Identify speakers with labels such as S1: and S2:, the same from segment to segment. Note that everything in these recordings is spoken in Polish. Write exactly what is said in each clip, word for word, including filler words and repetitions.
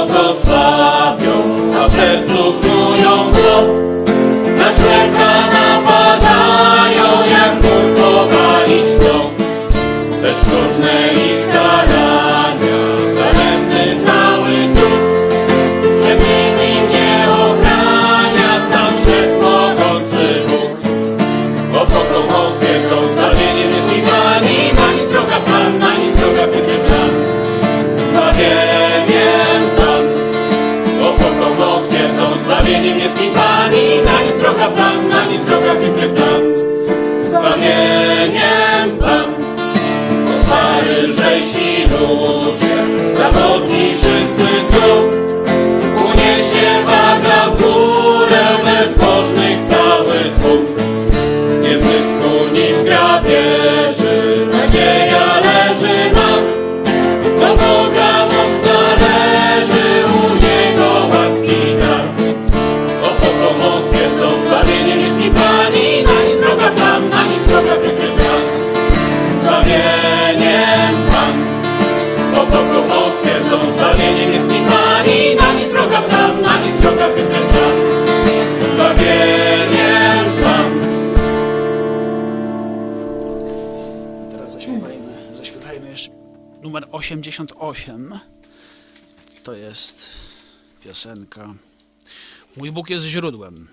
S1: błogosławią, a w sercu knują zło. Na człowieka napadają, jak mur powalić chcą. Lecz próżne ich starania, daremny cały trud. Przed nimi mnie ochrania sam wszechmogący Bóg. Bo poką otwierdzą, zbawieniem jest mi Pan i na nic droga Pan, na nic droga chytry plan. Zbawieniem Pan, bo poką otwierdzą, zbawieniem jest mi Pan i na nic droga Pan, na nic droga chytry plan. Zbawieniem Pan, bo lżejsi ludzie, zawodni wszyscy są. Unieście waga w górę bezbożnych cały tłum. Nie w zysku, ni w grabieży, nadzieja leży nam. Do Boga moc należy, u Niego łaski dar. Od poką otwierdzą, zbawieniem jest mi Pan i na nic droga Pan, na nic droga chytry plan. Zbawieniem Pan, bo poką otwierdzą, zbawieniem jest mi Pan i na nic droga Pan, na nic droga chytry plan. Zbawieniem Pan.
S2: Teraz zaśpiewajmy, zaśpiewajmy jeszcze numer osiemdziesiąt osiem. To jest piosenka Mój Bóg jest źródłem.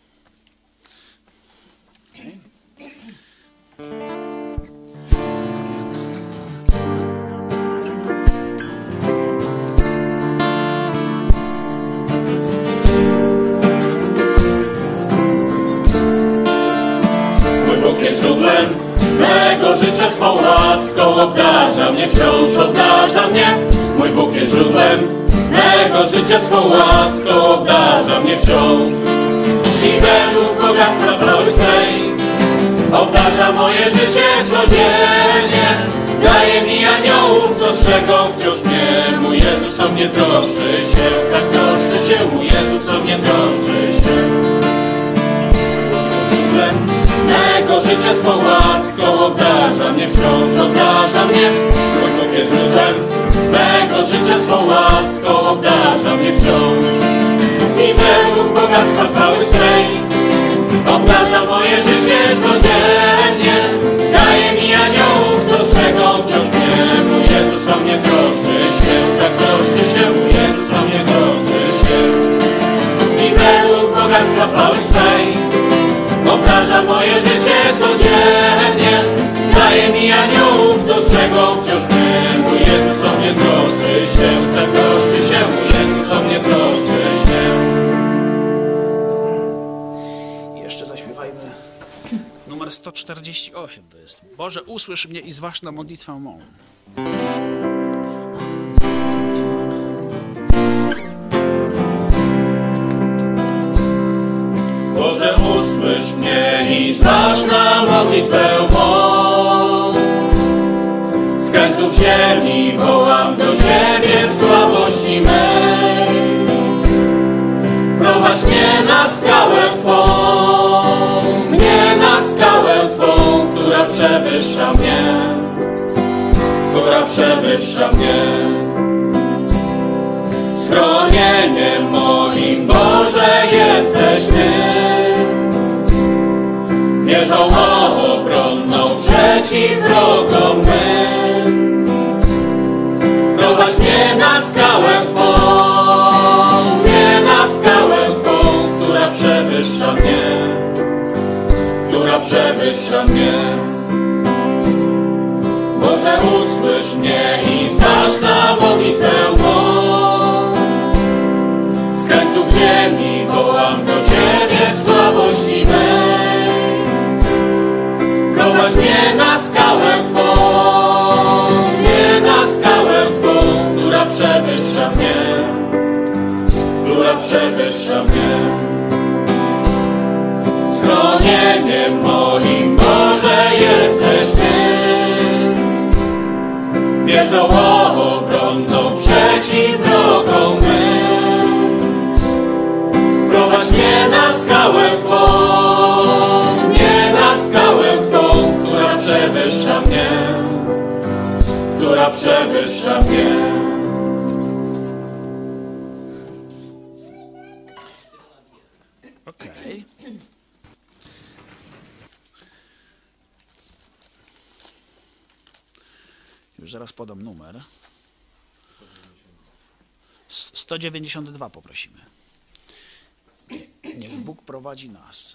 S1: Mój Bóg jest źródłem mego życia, swą łaską obdarza mnie, wciąż obdarza mnie. Mój Bóg jest źródłem mego życia, swą łaską obdarza mnie wciąż. I według bogactwa chwały swej obdarza moje życie codziennie. Daje mi aniołów, co strzegą wciąż mnie. Mój Jezus o mnie troszczy się, tak troszczy się. Mój Jezus o mnie troszczy się. Źródłem mego życia, swą łaską obdarza mnie, wciąż obdarza mnie. Mój Bóg jest źródłem mego życia, swą łaską obdarza mnie wciąż. I według bogactwa chwały swej obdarza moje życie codziennie. Daje mi aniołów, co strzegą wciąż mnie. Mój Jezus o mnie troszczy się, tak troszczy się. Mój Jezus o mnie troszczy się. I według bogactwa chwały swej obdarza moje życie codziennie. Daje mi aniołów, co strzegą wciąż mnie. Mój Jezus o mnie troszczy się, tak troszczy się. Mój Jezus o mnie troszczy się.
S2: Jeszcze zaśpiewajmy numer sto czterdzieści osiem. To jest Boże, usłysz mnie i zważ na modlitwę mą.
S1: Boże, usłysz mnie i zważ na modlitwę mą. Z krańców ziemi wołam do Ciebie w słabości mej. Prowadź mnie na skałę Twą, mnie na skałę Twą, która przewyższa mnie, która przewyższa mnie. Schronieniem moim, Boże, jesteś Ty. Wieżą obronną przeciw wrogom mym. Prowadź mnie na skałę Twą, mnie na skałę Twą, która przewyższa mnie, która przewyższa mnie. Boże, usłysz mnie i zważ na modlitwę mą. Z krańców ziemi wołam do Ciebie w słabości mej. Prowadź mnie na skałę Twą, mnie na skałę Twą, która przewyższa mnie, która przewyższa mnie. Schronieniem moim, Boże, jesteś Ty. Wieżą obronną przeciw wrogom mym. Prowadź mnie na skałę Twą, mnie na skałę Twą, która przewyższa mnie, która przewyższa mnie.
S2: Już zaraz podam numer. sto dziewięćdziesiąt dwa poprosimy. Niech Bóg prowadzi nas.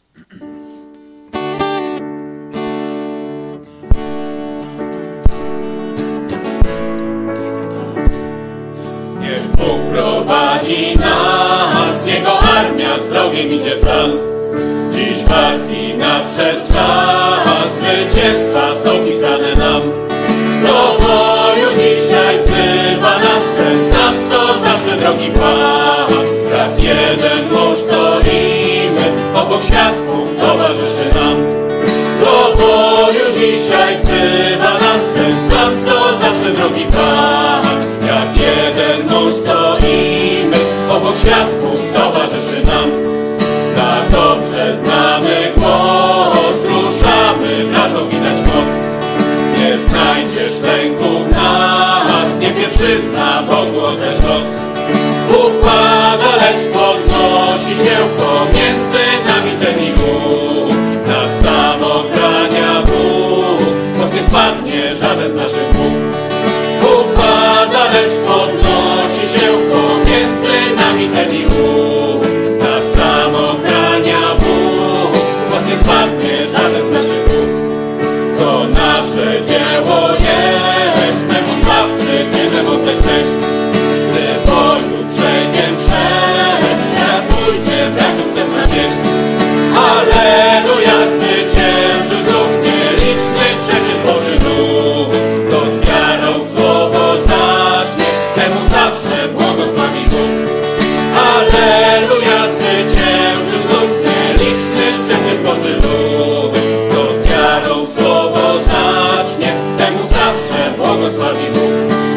S1: Niech Bóg prowadzi nas, Jego armia z drogiem idzie w plan. Dziś walki nadszedł czas, zwycięstwa są pisane nam. Do boju dzisiaj wzywa nas ten sam, co zawsze drogi Pan. Jak jeden mąż stoimy, obok świadków towarzyszy nam. Do boju dzisiaj wzywa nas ten sam, co zawsze drogi Pan. Jak jeden mąż stoimy, obok świadków towarzyszy nam. Tak dobrze znamy głos, ruszamy, wrażą widać moc. Nie znajdziesz lęku w nas, nie pierwszyzna, Bogu oddać los. Układa, lecz podnosi się pomiędzy nami ten i ów. Nas sam ochrania Bóg, moc nie spadnie żaden z naszych głów. Układa, lecz podnosi się pomiędzy nami ten i ów. Nas sam ochrania Bóg, moc nie spadnie żaden z naszych głów. To nasze dzieło jest, temu Zbawcy ciebie oddać cześć. Gdy boju przejdziem przez, jak pójdzie wrażą cenna wieść. Alleluja, zwyciężył znów nieliczny przecież Boży lud. To z wiarą słowo zacznie, temu zawsze błogosławi Bóg. Alleluja, zwyciężył znów nieliczny przecież Boży lud. To z wiarą słowo zacznie, temu zawsze błogosławi Bóg.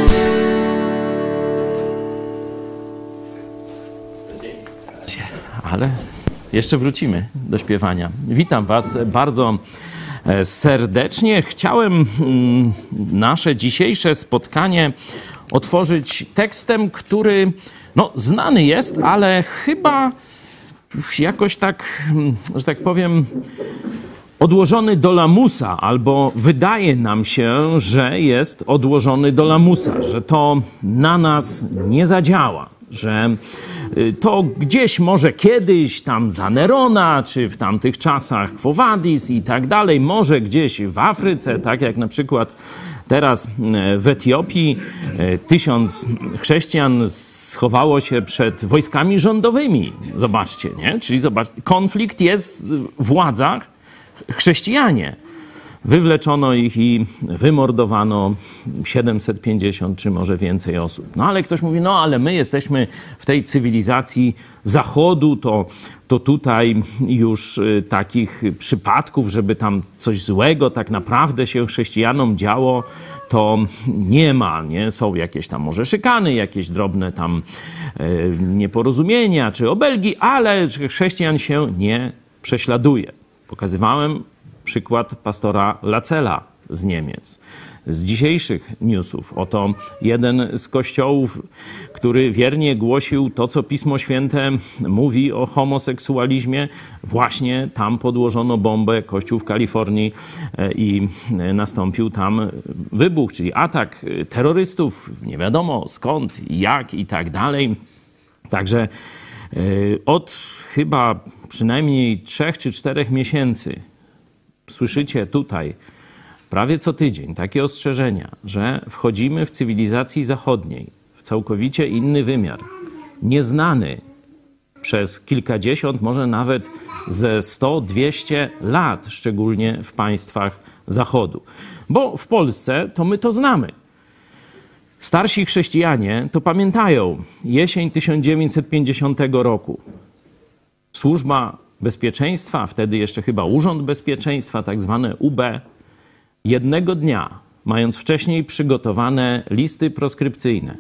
S3: Ale jeszcze wrócimy do śpiewania. Witam Was bardzo serdecznie. Chciałem nasze dzisiejsze spotkanie otworzyć tekstem, który no, znany jest, ale chyba jakoś tak, że tak powiem, odłożony do lamusa, albo wydaje nam się, że jest odłożony do lamusa, że to na nas nie zadziała, że to gdzieś może kiedyś tam za Nerona, czy w tamtych czasach Quo Vadis i tak dalej, może gdzieś w Afryce, tak jak na przykład teraz w Etiopii tysiąc chrześcijan schowało się przed wojskami rządowymi. Zobaczcie, nie? Czyli zobacz, konflikt jest w władzach, chrześcijanie. Wywleczono ich i wymordowano siedemset pięćdziesiąt czy może więcej osób. No ale ktoś mówi, no ale my jesteśmy w tej cywilizacji Zachodu, to, to tutaj już takich przypadków, żeby tam coś złego tak naprawdę się chrześcijanom działo, to nie ma, nie? Są jakieś tam może szykany, jakieś drobne tam e, nieporozumienia czy obelgi, ale chrześcijan się nie prześladuje. Pokazywałem przykład pastora Lacela z Niemiec. Z dzisiejszych newsów oto jeden z kościołów, który wiernie głosił to, co Pismo Święte mówi o homoseksualizmie. Właśnie tam podłożono bombę, kościół w Kalifornii, i nastąpił tam wybuch, czyli atak terrorystów, nie wiadomo skąd, jak i tak dalej. Także od chyba przynajmniej trzech czy czterech miesięcy słyszycie tutaj prawie co tydzień takie ostrzeżenia, że wchodzimy w cywilizacji zachodniej, w całkowicie inny wymiar, nieznany przez kilkadziesiąt, może nawet ze sto dwieście lat, szczególnie w państwach Zachodu. Bo w Polsce to my to znamy. Starsi chrześcijanie to pamiętają jesień tysiąc dziewięćset pięćdziesiątego roku. Służba Bezpieczeństwa, wtedy jeszcze chyba Urząd Bezpieczeństwa, tak zwane U B, jednego dnia, mając wcześniej przygotowane listy proskrypcyjne,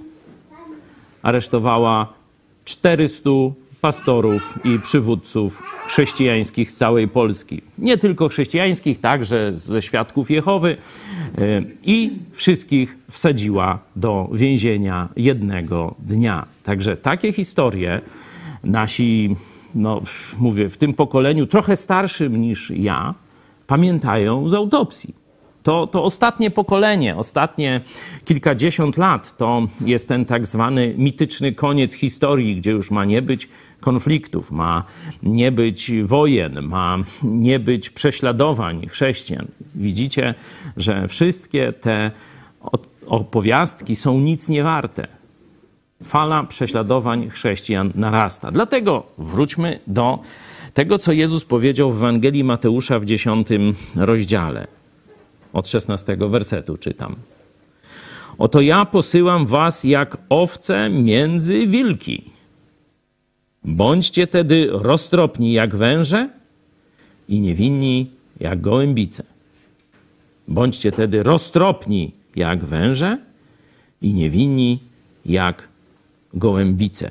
S3: aresztowała czterystu pastorów i przywódców chrześcijańskich z całej Polski. Nie tylko chrześcijańskich, także ze Świadków Jehowy, i wszystkich wsadziła do więzienia jednego dnia. Także takie historie nasi, no mówię, w tym pokoleniu trochę starszym niż ja, pamiętają z autopsji. To, to ostatnie pokolenie, ostatnie kilkadziesiąt lat to jest ten tak zwany mityczny koniec historii, gdzie już ma nie być konfliktów, ma nie być wojen, ma nie być prześladowań chrześcijan. Widzicie, że wszystkie te opowiastki są nic nie warte. Fala prześladowań chrześcijan narasta. Dlatego wróćmy do tego, co Jezus powiedział w Ewangelii Mateusza w dziesiątym rozdziale. Od szesnastego wersetu czytam. Oto ja posyłam was jak owce między wilki. Bądźcie tedy roztropni jak węże i niewinni jak gołębice. Bądźcie tedy roztropni jak węże i niewinni jak gołębice.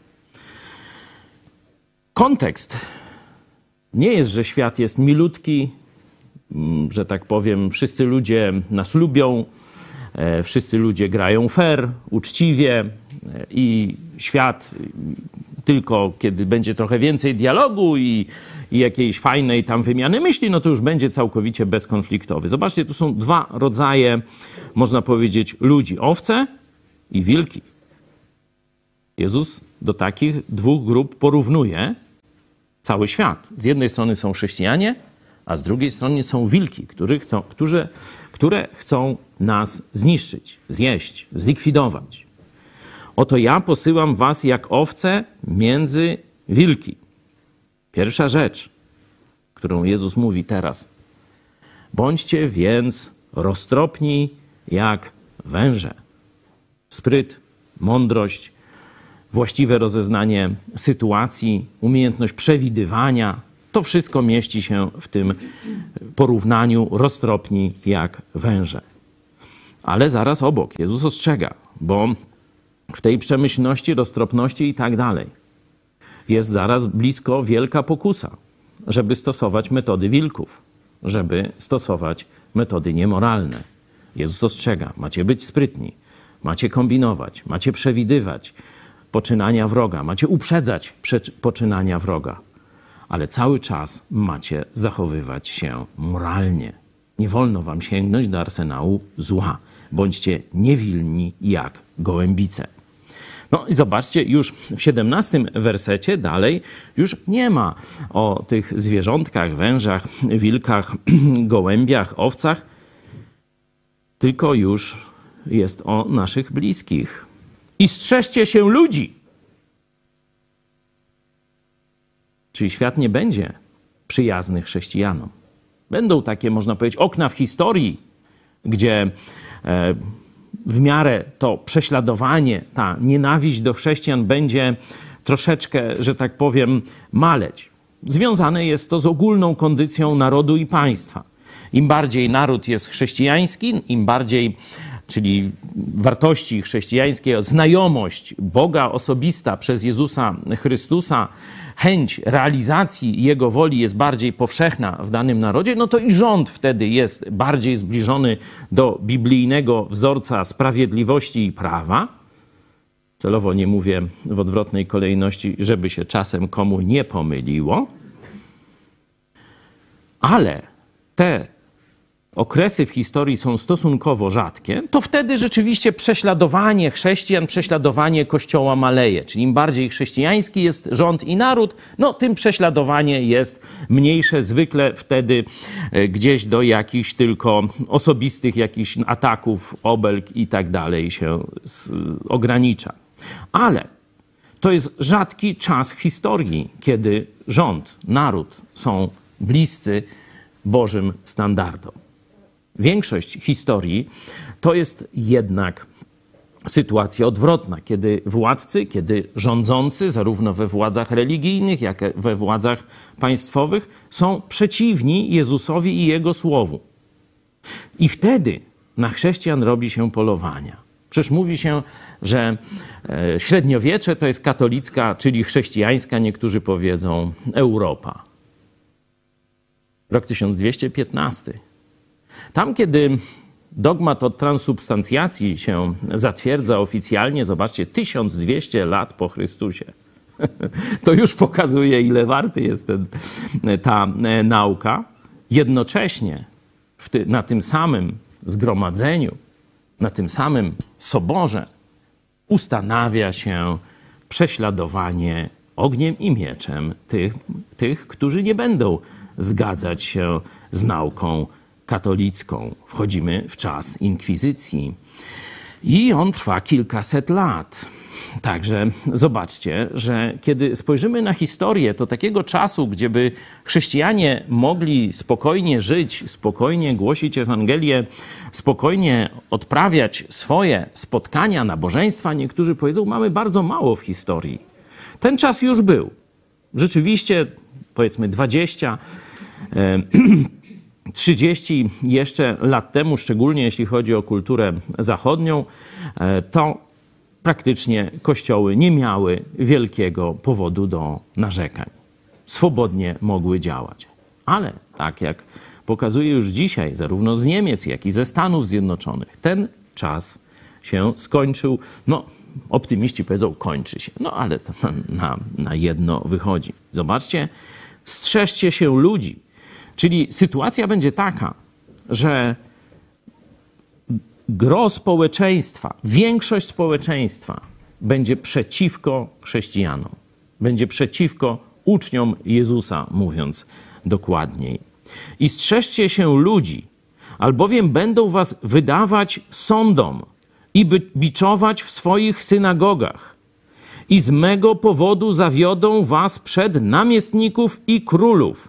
S3: Kontekst nie jest, że świat jest milutki, że tak powiem, wszyscy ludzie nas lubią, wszyscy ludzie grają fair, uczciwie i świat tylko kiedy będzie trochę więcej dialogu i, i jakiejś fajnej tam wymiany myśli, no to już będzie całkowicie bezkonfliktowy. Zobaczcie, tu są dwa rodzaje, można powiedzieć, ludzi. Owce i wilki. Jezus do takich dwóch grup porównuje cały świat. Z jednej strony są chrześcijanie, a z drugiej strony są wilki, którzy chcą, którzy, które chcą nas zniszczyć, zjeść, zlikwidować. Oto ja posyłam was jak owce między wilki. Pierwsza rzecz, którą Jezus mówi teraz. Bądźcie więc roztropni jak węże. Spryt, mądrość, właściwe rozeznanie sytuacji, umiejętność przewidywania, to wszystko mieści się w tym porównaniu roztropni jak węże. Ale zaraz obok Jezus ostrzega, bo w tej przemyślności, roztropności i tak dalej jest zaraz blisko wielka pokusa, żeby stosować metody wilków, żeby stosować metody niemoralne. Jezus ostrzega, macie być sprytni, macie kombinować, macie przewidywać poczynania wroga, macie uprzedzać poczynania wroga, ale cały czas macie zachowywać się moralnie. Nie wolno wam sięgnąć do arsenału zła. Bądźcie niewinni jak gołębice. No i zobaczcie, już w siedemnastym wersecie dalej już nie ma o tych zwierzątkach, wężach, wilkach, gołębiach, owcach, tylko już jest o naszych bliskich. I strzeżcie się ludzi. Czyli świat nie będzie przyjazny chrześcijanom. Będą takie, można powiedzieć, okna w historii, gdzie w miarę to prześladowanie, ta nienawiść do chrześcijan będzie troszeczkę, że tak powiem, maleć. Związane jest to z ogólną kondycją narodu i państwa. Im bardziej naród jest chrześcijański, im bardziej, czyli wartości chrześcijańskie, znajomość Boga osobista przez Jezusa Chrystusa, chęć realizacji Jego woli jest bardziej powszechna w danym narodzie, no to i rząd wtedy jest bardziej zbliżony do biblijnego wzorca sprawiedliwości i prawa. Celowo nie mówię w odwrotnej kolejności, żeby się czasem komu nie pomyliło. Ale te okresy w historii są stosunkowo rzadkie, to wtedy rzeczywiście prześladowanie chrześcijan, prześladowanie Kościoła maleje. Czyli im bardziej chrześcijański jest rząd i naród, no tym prześladowanie jest mniejsze. Zwykle wtedy gdzieś do jakichś tylko osobistych jakichś ataków, obelg i tak dalej się ogranicza. Ale to jest rzadki czas w historii, kiedy rząd, naród są bliscy Bożym standardom. Większość historii to jest jednak sytuacja odwrotna, kiedy władcy, kiedy rządzący, zarówno we władzach religijnych, jak i we władzach państwowych, są przeciwni Jezusowi i Jego słowu. I wtedy na chrześcijan robi się polowania. Przecież mówi się, że średniowiecze to jest katolicka, czyli chrześcijańska, niektórzy powiedzą, Europa. Rok tysiąc dwieście piętnasty. Tam, kiedy dogmat o transubstancjacji się zatwierdza oficjalnie, zobaczcie, tysiąc dwieście lat po Chrystusie. To już pokazuje, ile warty jest ten, ta nauka. Jednocześnie w ty, na tym samym zgromadzeniu, na tym samym soborze ustanawia się prześladowanie ogniem i mieczem tych, tych, którzy nie będą zgadzać się z nauką katolicką. Wchodzimy w czas inkwizycji i on trwa kilkaset lat. Także zobaczcie, że kiedy spojrzymy na historię, to takiego czasu, gdzie by chrześcijanie mogli spokojnie żyć, spokojnie głosić Ewangelię, spokojnie odprawiać swoje spotkania, nabożeństwa, niektórzy powiedzą, mamy bardzo mało w historii. Ten czas już był. Rzeczywiście, powiedzmy dwadzieścia, trzydzieści jeszcze lat temu, szczególnie jeśli chodzi o kulturę zachodnią, to praktycznie kościoły nie miały wielkiego powodu do narzekań. Swobodnie mogły działać. Ale tak jak pokazuje już dzisiaj, zarówno z Niemiec, jak i ze Stanów Zjednoczonych, ten czas się skończył. No, optymiści powiedzą, kończy się. No, ale to na, na, na jedno wychodzi. Zobaczcie, strzeżcie się ludzi. Czyli sytuacja będzie taka, że gro społeczeństwa, większość społeczeństwa będzie przeciwko chrześcijanom. Będzie przeciwko uczniom Jezusa, mówiąc dokładniej. I strzeżcie się ludzi, albowiem będą was wydawać sądom i biczować w swoich synagogach. I z mego powodu zawiodą was przed namiestników i królów.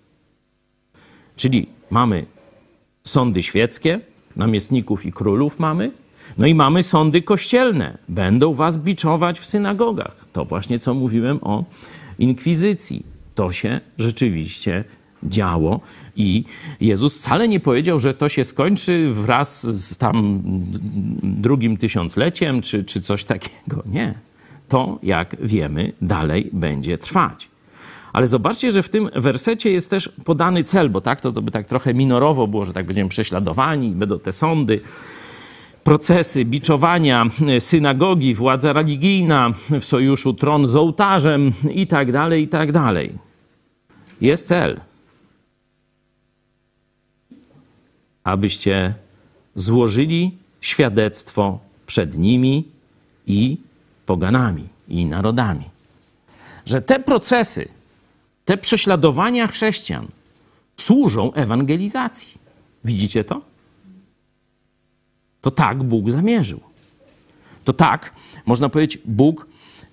S3: Czyli mamy sądy świeckie, namiestników i królów mamy, no i mamy sądy kościelne. Będą was biczować w synagogach. To właśnie co mówiłem o inkwizycji. To się rzeczywiście działo i Jezus wcale nie powiedział, że to się skończy wraz z tam drugim tysiącleciem czy, czy coś takiego. Nie. To, jak wiemy, dalej będzie trwać. Ale zobaczcie, że w tym wersecie jest też podany cel, bo tak to, to by tak trochę minorowo było, że tak będziemy prześladowani, będą te sądy, procesy, biczowania, synagogi, władza religijna, w sojuszu tron z ołtarzem i tak dalej, i tak dalej. Jest cel. Abyście złożyli świadectwo przed nimi i poganami, i narodami. Że te procesy, te prześladowania chrześcijan służą ewangelizacji. Widzicie to? To tak Bóg zamierzył. To tak, można powiedzieć, Bóg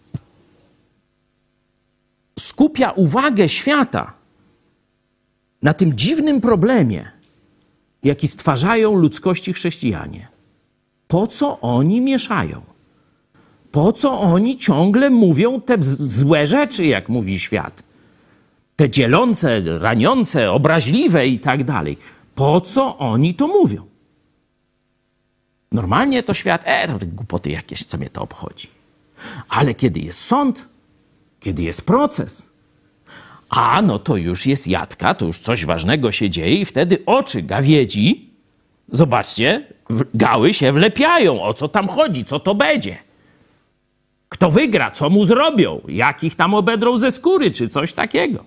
S3: skupia uwagę świata na tym dziwnym problemie, jaki stwarzają ludzkości chrześcijanie. Po co oni mieszają? Po co oni ciągle mówią te złe rzeczy, jak mówi świat? Te dzielące, raniące, obraźliwe i tak dalej. Po co oni to mówią? Normalnie to świat, e, to te głupoty jakieś, co mnie to obchodzi. Ale kiedy jest sąd, kiedy jest proces, a no to już jest jadka, to już coś ważnego się dzieje i wtedy oczy gawiedzi, zobaczcie, gały się wlepiają, o co tam chodzi, co to będzie. Kto wygra, co mu zrobią, jak ich tam obedrą ze skóry, czy coś takiego.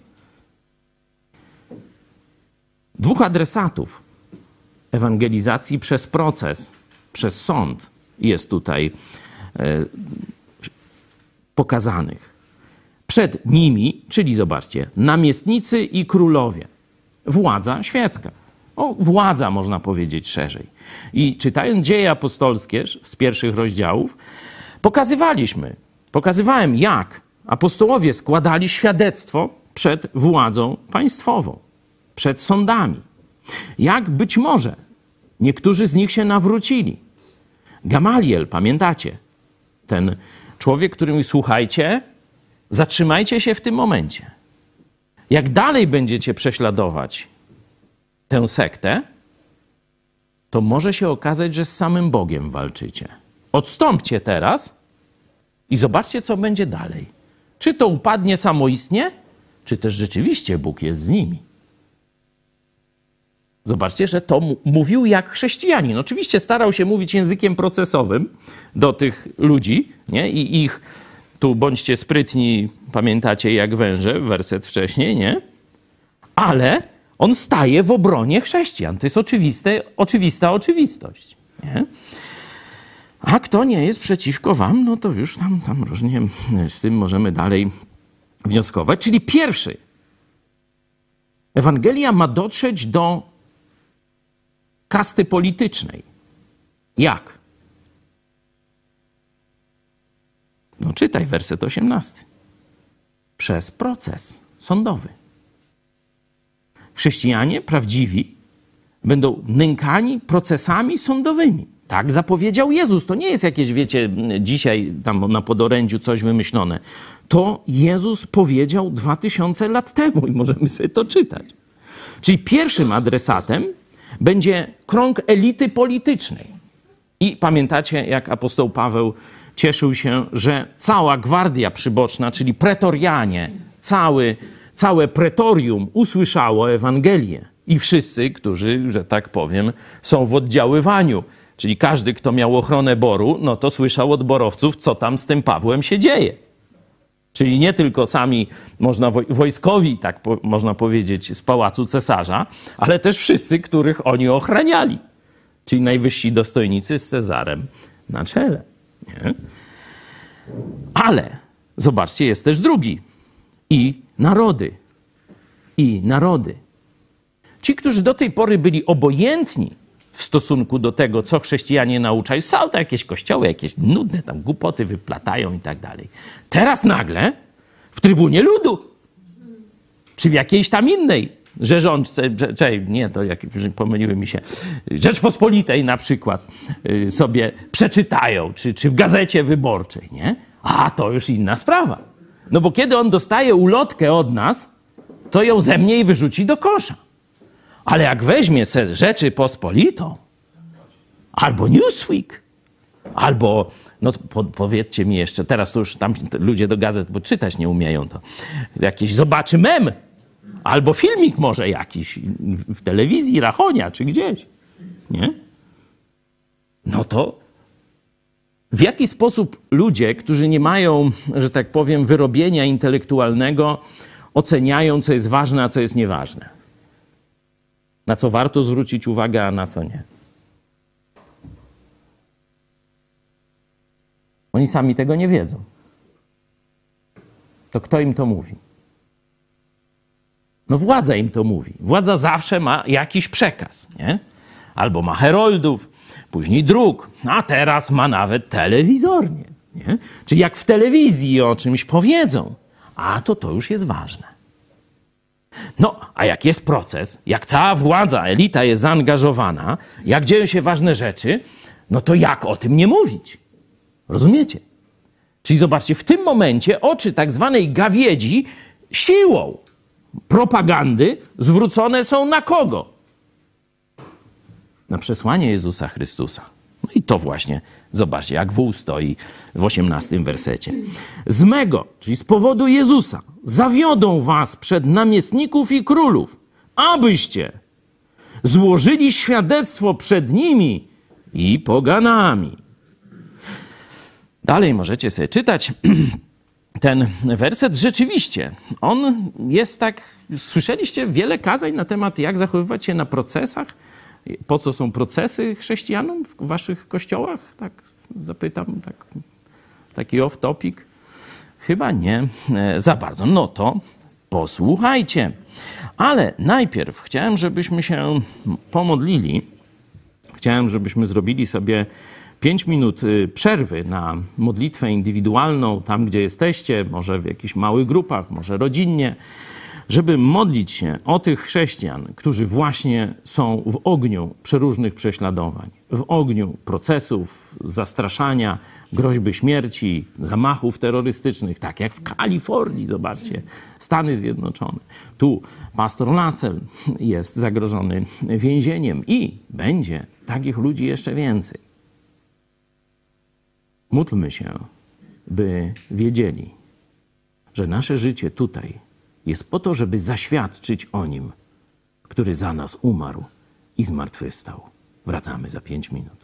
S3: Dwóch adresatów ewangelizacji przez proces, przez sąd jest tutaj e, pokazanych. Przed nimi, czyli zobaczcie, namiestnicy i królowie. Władza świecka. O, władza, można powiedzieć szerzej. I czytając Dzieje apostolskie z pierwszych rozdziałów, pokazywaliśmy, pokazywałem, jak apostołowie składali świadectwo przed władzą państwową, przed sądami. Jak być może niektórzy z nich się nawrócili. Gamaliel, pamiętacie? Ten człowiek, który mówi, słuchajcie, zatrzymajcie się w tym momencie. Jak dalej będziecie prześladować tę sektę, to może się okazać, że z samym Bogiem walczycie. Odstąpcie teraz i zobaczcie, co będzie dalej. Czy to upadnie samoistnie, czy też rzeczywiście Bóg jest z nimi. Zobaczcie, że to mówił jak chrześcijanin. Oczywiście starał się mówić językiem procesowym do tych ludzi, nie? I ich, tu bądźcie sprytni, pamiętacie, jak węże, werset wcześniej, nie? Ale On staje w obronie chrześcijan. To jest oczywiste, oczywista oczywistość. Nie? A kto nie jest przeciwko wam, no to już tam, tam różnie z tym możemy dalej wnioskować. Czyli pierwszy, Ewangelia ma dotrzeć do kasty politycznej. Jak? No czytaj werset osiemnasty. Przez proces sądowy. Chrześcijanie prawdziwi będą nękani procesami sądowymi. Tak zapowiedział Jezus. To nie jest jakieś, wiecie, dzisiaj tam na podorędziu coś wymyślone. To Jezus powiedział dwa tysiące lat temu i możemy sobie to czytać. Czyli pierwszym adresatem będzie krąg elity politycznej. I pamiętacie, jak apostoł Paweł cieszył się, że cała gwardia przyboczna, czyli pretorianie, cały, całe pretorium usłyszało Ewangelię. I wszyscy, którzy, że tak powiem, są w oddziaływaniu. Czyli każdy, kto miał ochronę boru, no to słyszał od borowców, co tam z tym Pawłem się dzieje. Czyli nie tylko sami można wojskowi, tak po, można powiedzieć, z pałacu cesarza, ale też wszyscy, których oni ochraniali. Czyli najwyżsi dostojnicy z Cezarem na czele. Nie? Ale zobaczcie, jest też drugi. I narody. I narody. Ci, którzy do tej pory byli obojętni w stosunku do tego, co chrześcijanie nauczają, są to jakieś kościoły, jakieś nudne tam głupoty wyplatają i tak dalej. Teraz nagle w trybunie ludu, czy w jakiejś tam innej rzeżączce, czy nie, to jak pomyliły mi się, Rzeczpospolitej na przykład sobie przeczytają, czy, czy w Gazecie Wyborczej, nie? A to już inna sprawa. No bo kiedy on dostaje ulotkę od nas, to ją ze mnie i wyrzuci do kosza. Ale jak weźmie se Rzeczypospolitą, albo Newsweek, albo, no po, powiedzcie mi jeszcze, teraz to już tam ludzie do gazet, bo czytać nie umieją, to jakiś zobaczy mem, albo filmik może jakiś w telewizji, Rachonia, czy gdzieś, nie? No to w jaki sposób ludzie, którzy nie mają, że tak powiem, wyrobienia intelektualnego, oceniają, co jest ważne, a co jest nieważne? Na co warto zwrócić uwagę, a na co nie? Oni sami tego nie wiedzą. To kto im to mówi? No władza im to mówi. Władza zawsze ma jakiś przekaz, nie? Albo ma heroldów, później druk, a teraz ma nawet telewizornie, nie? Czyli jak w telewizji o czymś powiedzą, a to to już jest ważne. No, a jak jest proces, jak cała władza, elita jest zaangażowana, jak dzieją się ważne rzeczy, no to jak o tym nie mówić? Rozumiecie? Czyli zobaczcie, w tym momencie oczy tak zwanej gawiedzi siłą propagandy zwrócone są na kogo? Na przesłanie Jezusa Chrystusa. No i to właśnie, zobaczcie, jak wół stoi w osiemnastym wersecie. Z mego, czyli z powodu Jezusa, zawiodą was przed namiestników i królów, abyście złożyli świadectwo przed nimi i poganami. Dalej możecie sobie czytać ten werset. Rzeczywiście, on jest tak... Słyszeliście wiele kazań na temat, jak zachowywać się na procesach? Po co są procesy chrześcijanom w waszych kościołach? Tak zapytam, tak, taki off-topic. Chyba nie za bardzo. No to posłuchajcie. Ale najpierw chciałem, żebyśmy się pomodlili. Chciałem, żebyśmy zrobili sobie pięć minut przerwy na modlitwę indywidualną, tam gdzie jesteście, może w jakichś małych grupach, może rodzinnie, żeby modlić się o tych chrześcijan, którzy właśnie są w ogniu przeróżnych prześladowań, w ogniu procesów, zastraszania, groźby śmierci, zamachów terrorystycznych, tak jak w Kalifornii, zobaczcie, Stany Zjednoczone. Tu pastor Lacel jest zagrożony więzieniem i będzie takich ludzi jeszcze więcej. Módlmy się, by wiedzieli, że nasze życie tutaj jest po to, żeby zaświadczyć o Nim, który za nas umarł i zmartwychwstał. Wracamy za pięć minut.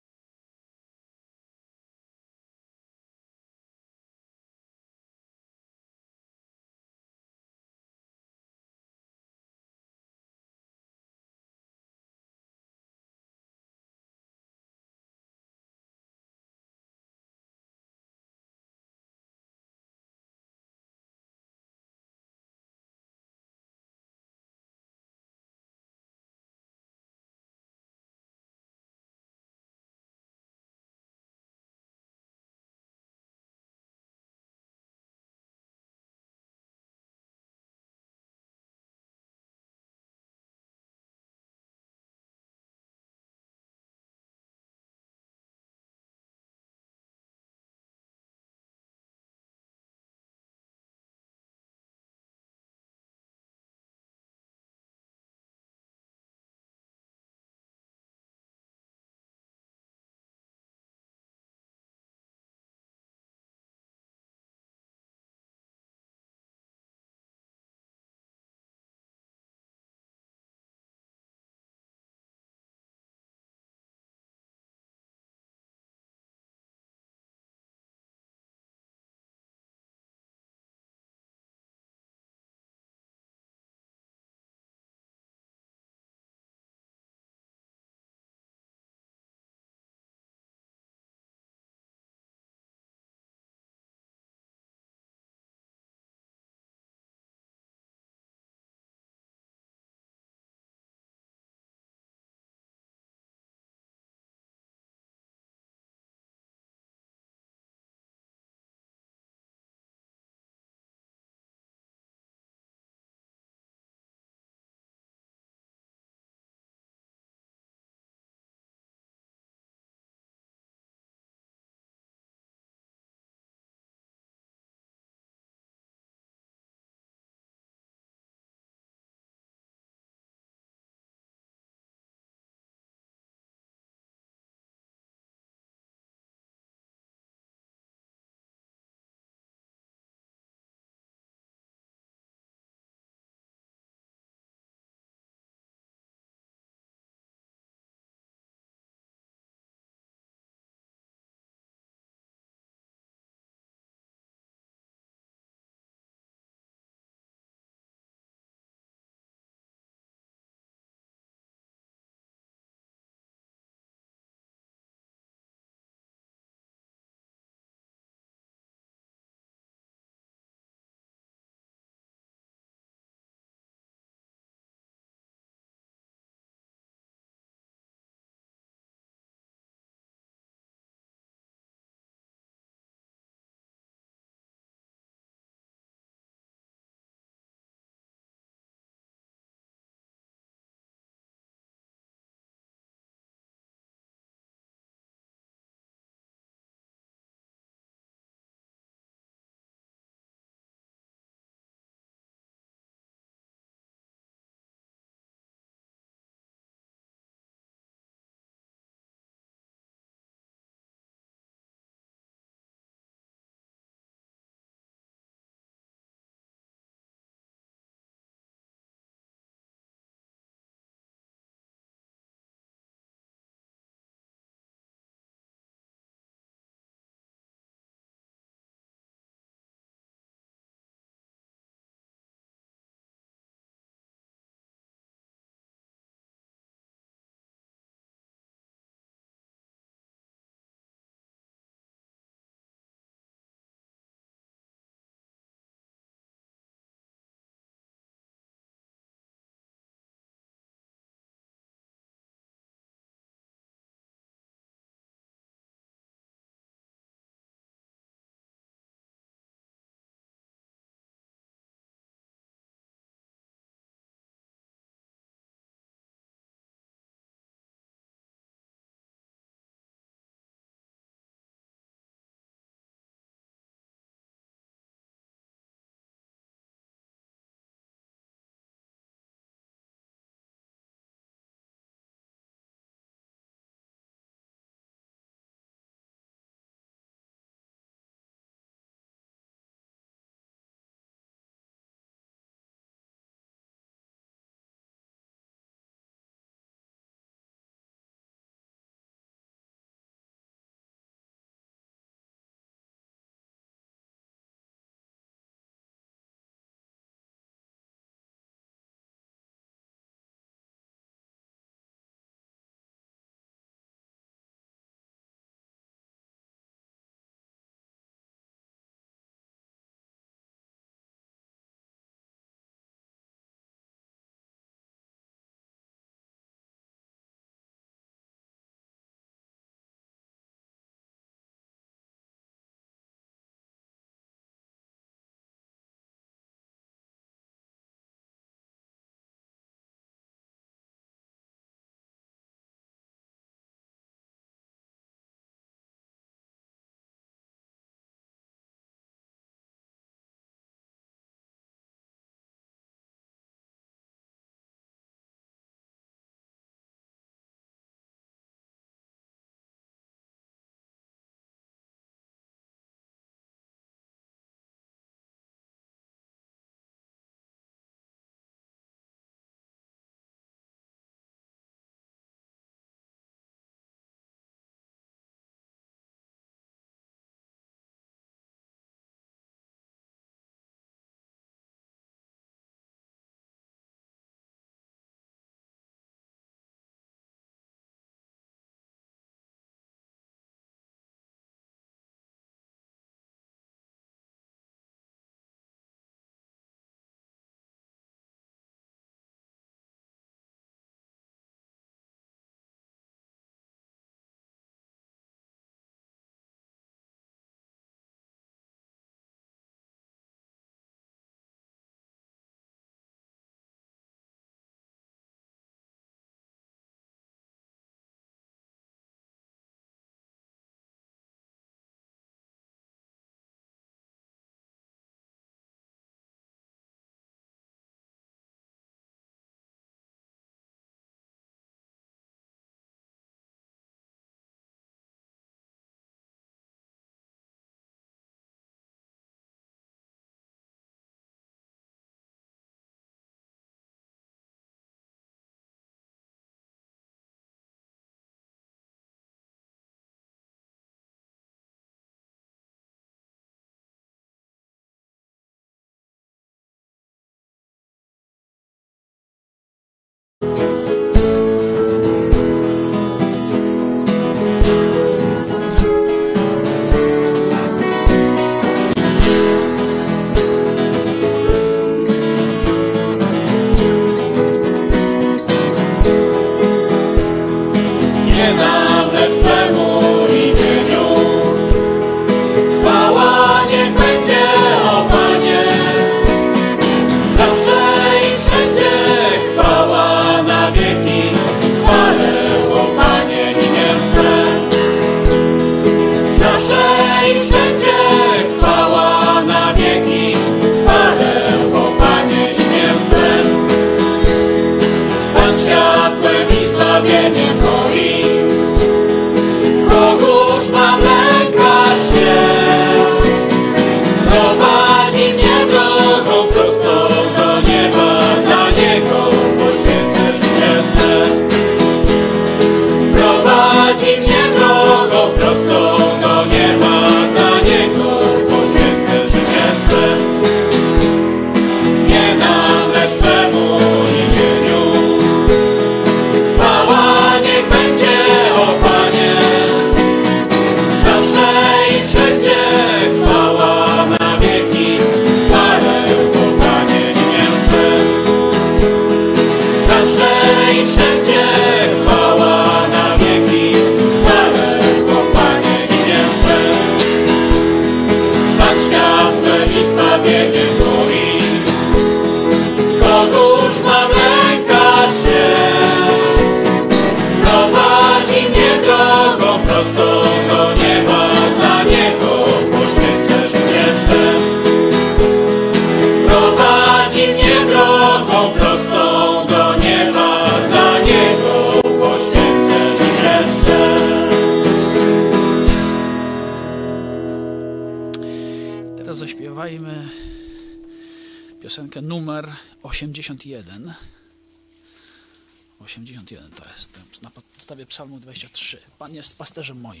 S2: zaśpiewajmy piosenkę numer osiemdziesiąt jeden. osiemdziesiąt jeden to jest na podstawie psalmu dwadzieścia trzy. Pan jest pasterzem moim.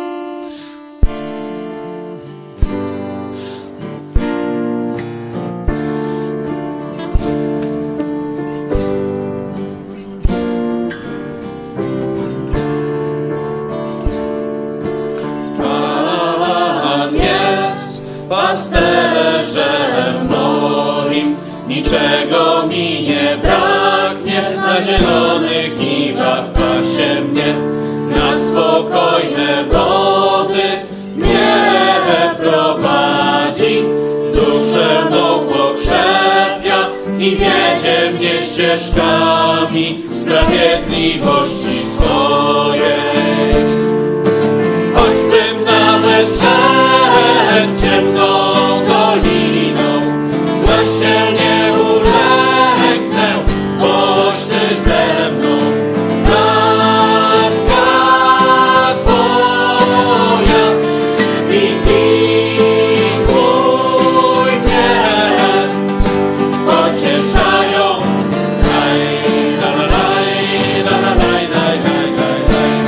S1: Pasterzem moim, niczego mi nie braknie, na zielonych niwach pasie mnie, na spokojne wody mnie prowadzi, duszę mą pokrzepia i wiedzie mnie ścieżkami sprawiedliwości swojej. Choćbym nawet szedł ciemną doliną, złość się nie ulęknę, boś Ty ze mną. Łaska Twoja i Twój mnie pocieszają. Laj, la, la, laj, la, la, laj, laj, laj, laj, laj.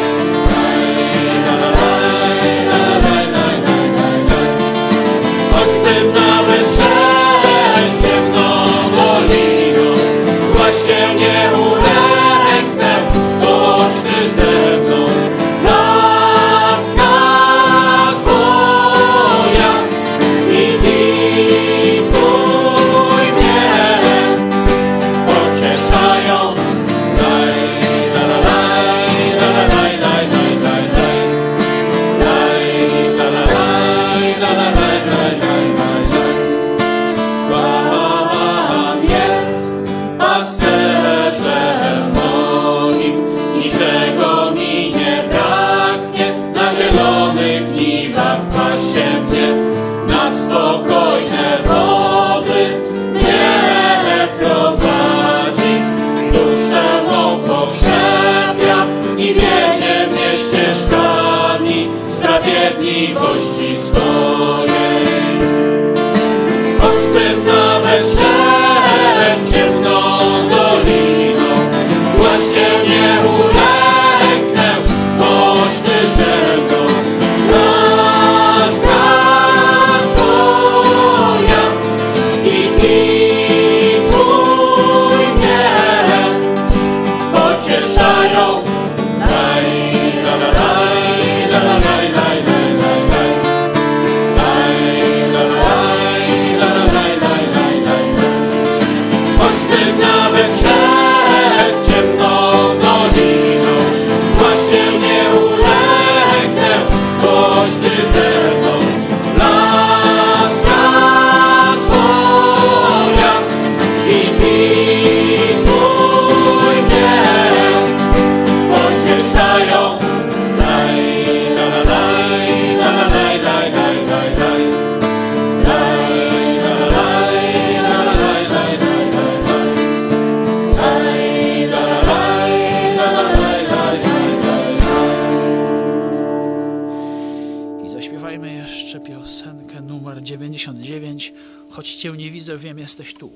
S1: Choćbym nawet szedł ciemną doliną, zła się nie ulęknę, boś Ty ze mną. Łaska Twoja i Twój mnie pocieszają. Laj, la, la, laj, la, la, laj, laj, laj, laj, laj. Laj, la, la, laj, la, la, laj, laj, laj, laj, laj. Pan jest pasterzem moim, niczego mi nie braknie, na zielonych niwach pasie mnie, na spokojne wody mnie prowadzi, duszę mą pokrzepia i wiedzie mnie ścieżkami sprawiedliwości swojej. Choćbym nawet szedł ciemną doliną, zła się nie ulęknę, boś Ty ze mną. Łaska Twoja i Twój mnie pocieszają. Laj, la, la, laj, la, la, laj, laj, laj, laj, laj. Laj, la, la, laj, la, la, laj, laj, laj, laj, laj. Choćbym nawet szedł ciemną doliną, zła się nie ulęknę, boś Ty ze mną. Łaska Twoja i Twój mnie pocieszają. Laj, la, la, laj, la, la, laj, laj, laj, laj, laj. Laj, la, la, laj, la, la, laj, laj, laj, laj, laj. Laj, la, la, laj, la, la, laj, laj, laj, laj, laj.
S2: I zaśpiewajmy jeszcze piosenkę numer dziewięćdziesiąt dziewięć. Choć Cię nie widzę, wiem, jesteś tu.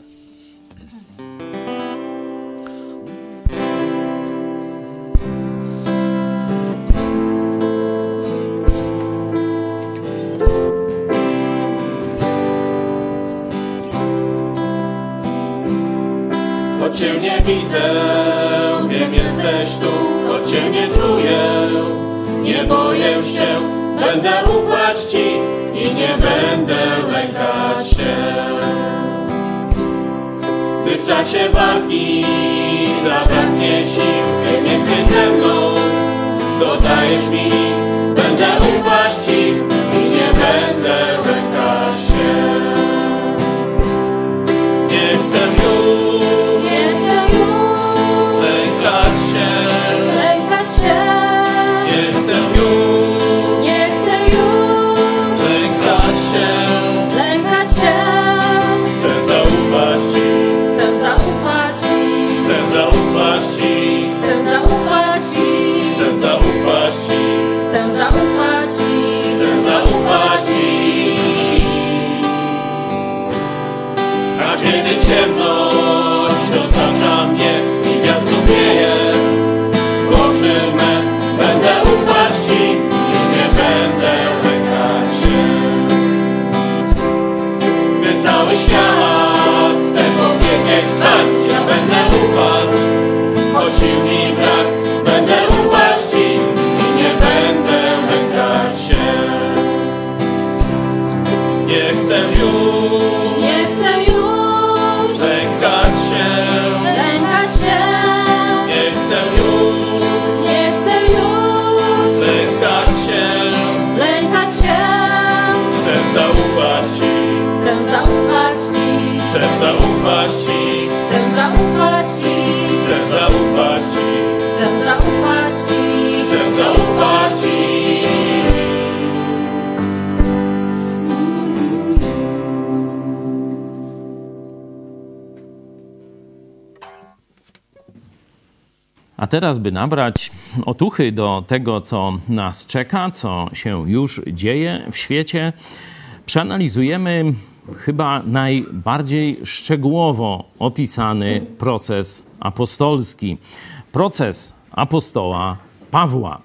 S1: Choć Cię nie widzę, wiem, jesteś tu, choć Cię nie czuję, nie boję się, będę ufać Ci i nie będę lękać się. Gdy w czasie walki zabraknie sił, wiem, jesteś ze mną, dodajesz mi, będę ufać Ci i nie będę lękać się. Nie chcę już lękać się,
S4: Lękać się,
S1: nie chcę już
S4: nie chcę już
S1: lękać się,
S4: lękać się.
S1: chcę zaufać Ci,
S4: Chcę zaufać Ci,
S1: chcę zaufać Ci,
S4: chcę zaufać Ci,
S1: chcę zaufać Ci. sił mi brak, będę ufać Ci i nie będę lękać się. Nie chcę już,
S4: Nie chcę już
S1: lękać się.
S4: lękać się.
S1: Nie chcę już,
S4: Nie chcę już
S1: lękać się.
S4: lękać się.
S1: Chcę zaufać Ci,
S4: Chcę zaufać Ci.
S1: chcę zaufać Ci,
S4: Chcę zaufać Ci.
S1: chcę zaufać Ci,
S4: Chcę zaufać Ci.
S1: chcę zaufać Ci.
S3: A teraz, by nabrać otuchy do tego, co nas czeka, co się już dzieje w świecie, przeanalizujemy chyba najbardziej szczegółowo opisany proces apostolski. Proces apostoła Pawła.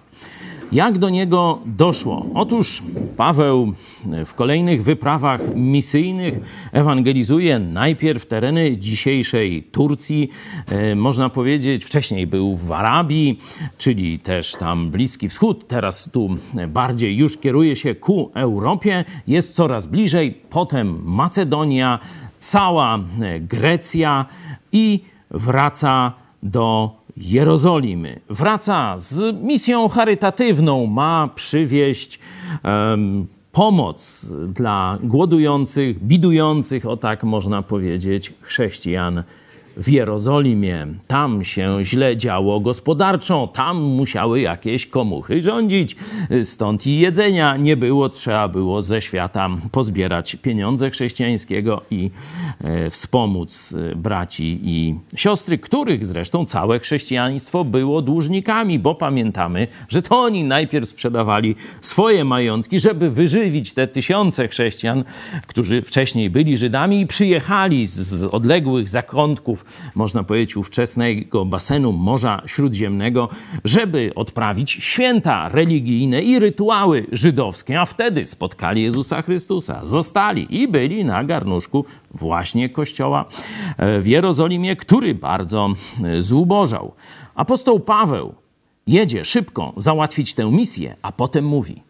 S3: Jak do niego doszło? Otóż Paweł w kolejnych wyprawach misyjnych ewangelizuje najpierw tereny dzisiejszej Turcji. E, można powiedzieć, wcześniej był w Arabii, czyli też tam Bliski Wschód. Teraz tu bardziej już kieruje się ku Europie. Jest coraz bliżej. Potem Macedonia, cała Grecja i wraca do Jerozolimy. Wraca z misją charytatywną, ma przywieźć um, pomoc dla głodujących, bidujących, o tak można powiedzieć, chrześcijan w Jerozolimie. Tam się źle działo gospodarczo, tam musiały jakieś komuchy rządzić, stąd i jedzenia nie było, trzeba było ze świata pozbierać pieniądze chrześcijańskiego i e, wspomóc braci i siostry, których zresztą całe chrześcijaństwo było dłużnikami, bo pamiętamy, że to oni najpierw sprzedawali swoje majątki, żeby wyżywić te tysiące chrześcijan, którzy wcześniej byli Żydami i przyjechali z, z odległych zakątków, można powiedzieć, ówczesnego basenu Morza Śródziemnego, żeby odprawić święta religijne i rytuały żydowskie, a wtedy spotkali Jezusa Chrystusa, zostali i byli na garnuszku właśnie Kościoła w Jerozolimie, który bardzo zubożał. Apostoł Paweł jedzie szybko załatwić tę misję, a potem mówi: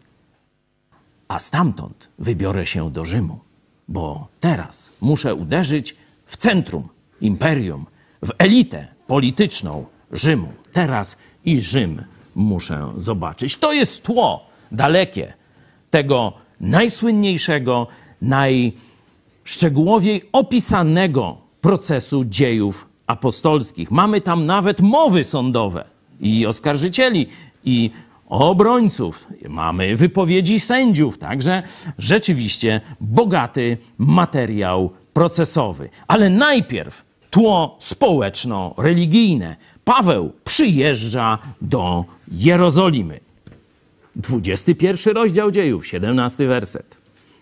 S3: a stamtąd wybiorę się do Rzymu, bo teraz muszę uderzyć w centrum imperium, w elitę polityczną Rzymu. Teraz i Rzym muszę zobaczyć. To jest tło dalekie tego najsłynniejszego, najszczegółowiej opisanego procesu dziejów apostolskich. Mamy tam nawet mowy sądowe i oskarżycieli, i obrońców. Mamy wypowiedzi sędziów, także rzeczywiście bogaty materiał procesowy. Ale najpierw tło społeczno-religijne. Paweł przyjeżdża do Jerozolimy. dwudziesty pierwszy rozdział Dziejów, siedemnasty werset.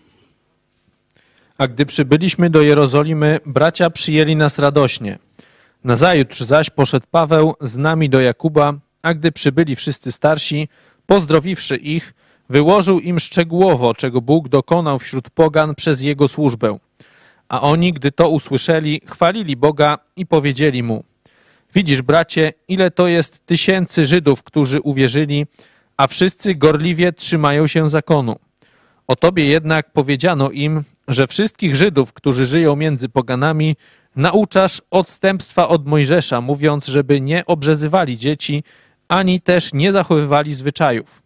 S5: A gdy przybyliśmy do Jerozolimy, bracia przyjęli nas radośnie. Nazajutrz zaś poszedł Paweł z nami do Jakuba, a gdy przybyli wszyscy starsi, pozdrowiwszy ich, wyłożył im szczegółowo, czego Bóg dokonał wśród pogan przez jego służbę. A oni, gdy to usłyszeli, chwalili Boga i powiedzieli mu: widzisz, bracie, ile to jest tysięcy Żydów, którzy uwierzyli, a wszyscy gorliwie trzymają się zakonu. O tobie jednak powiedziano im, że wszystkich Żydów, którzy żyją między poganami, nauczasz odstępstwa od Mojżesza, mówiąc, żeby nie obrzezywali dzieci, ani też nie zachowywali zwyczajów.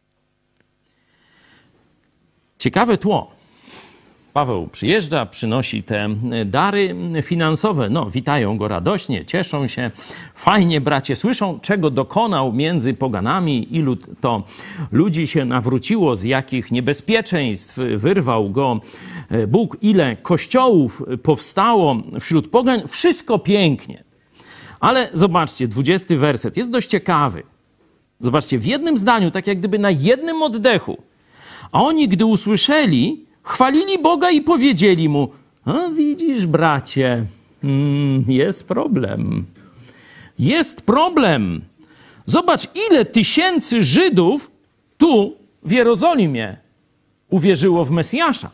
S3: Ciekawe tło. Paweł przyjeżdża, przynosi te dary finansowe. No, witają go radośnie, cieszą się. Fajnie, bracie, słyszą, czego dokonał między poganami, ilu to ludzi się nawróciło, z jakich niebezpieczeństw wyrwał go Bóg, ile kościołów powstało wśród pogań. Wszystko pięknie. Ale zobaczcie, dwudziesty werset jest dość ciekawy. Zobaczcie, w jednym zdaniu, tak jak gdyby na jednym oddechu. A oni, gdy usłyszeli, chwalili Boga i powiedzieli mu: a widzisz, bracie, mm, jest problem. Jest problem. Zobacz, ile tysięcy Żydów tu w Jerozolimie uwierzyło w Mesjasza.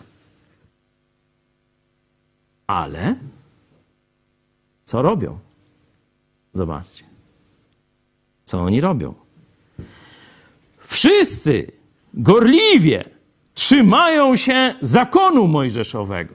S3: Ale co robią? Zobaczcie. Co oni robią? Wszyscy gorliwie trzymają się zakonu mojżeszowego.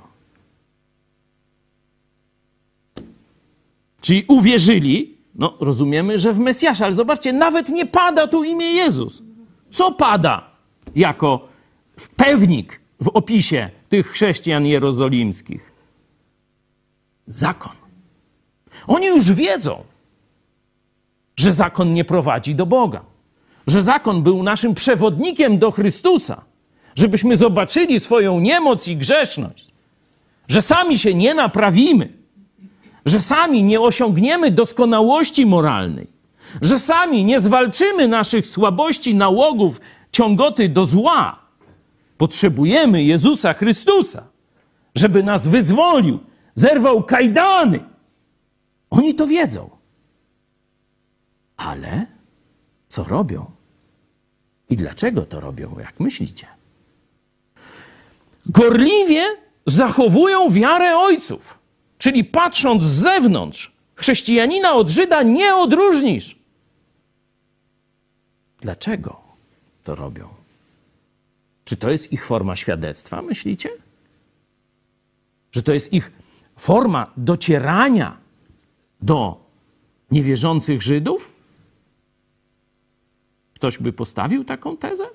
S3: Czyli uwierzyli, no rozumiemy, że w Mesjasza, ale zobaczcie, nawet nie pada tu imię Jezus. Co pada jako pewnik w opisie tych chrześcijan jerozolimskich? Zakon. Oni już wiedzą, że zakon nie prowadzi do Boga, że zakon był naszym przewodnikiem do Chrystusa, żebyśmy zobaczyli swoją niemoc i grzeszność, że sami się nie naprawimy, że sami nie osiągniemy doskonałości moralnej, że sami nie zwalczymy naszych słabości, nałogów, ciągoty do zła. Potrzebujemy Jezusa Chrystusa, żeby nas wyzwolił, zerwał kajdany. Oni to wiedzą. Ale co robią? I dlaczego to robią, jak myślicie? Gorliwie zachowują wiarę ojców. Czyli patrząc z zewnątrz, chrześcijanina od Żyda nie odróżnisz. Dlaczego to robią? Czy to jest ich forma świadectwa, myślicie? Że to jest ich forma docierania do niewierzących Żydów? Ktoś by postawił taką tezę?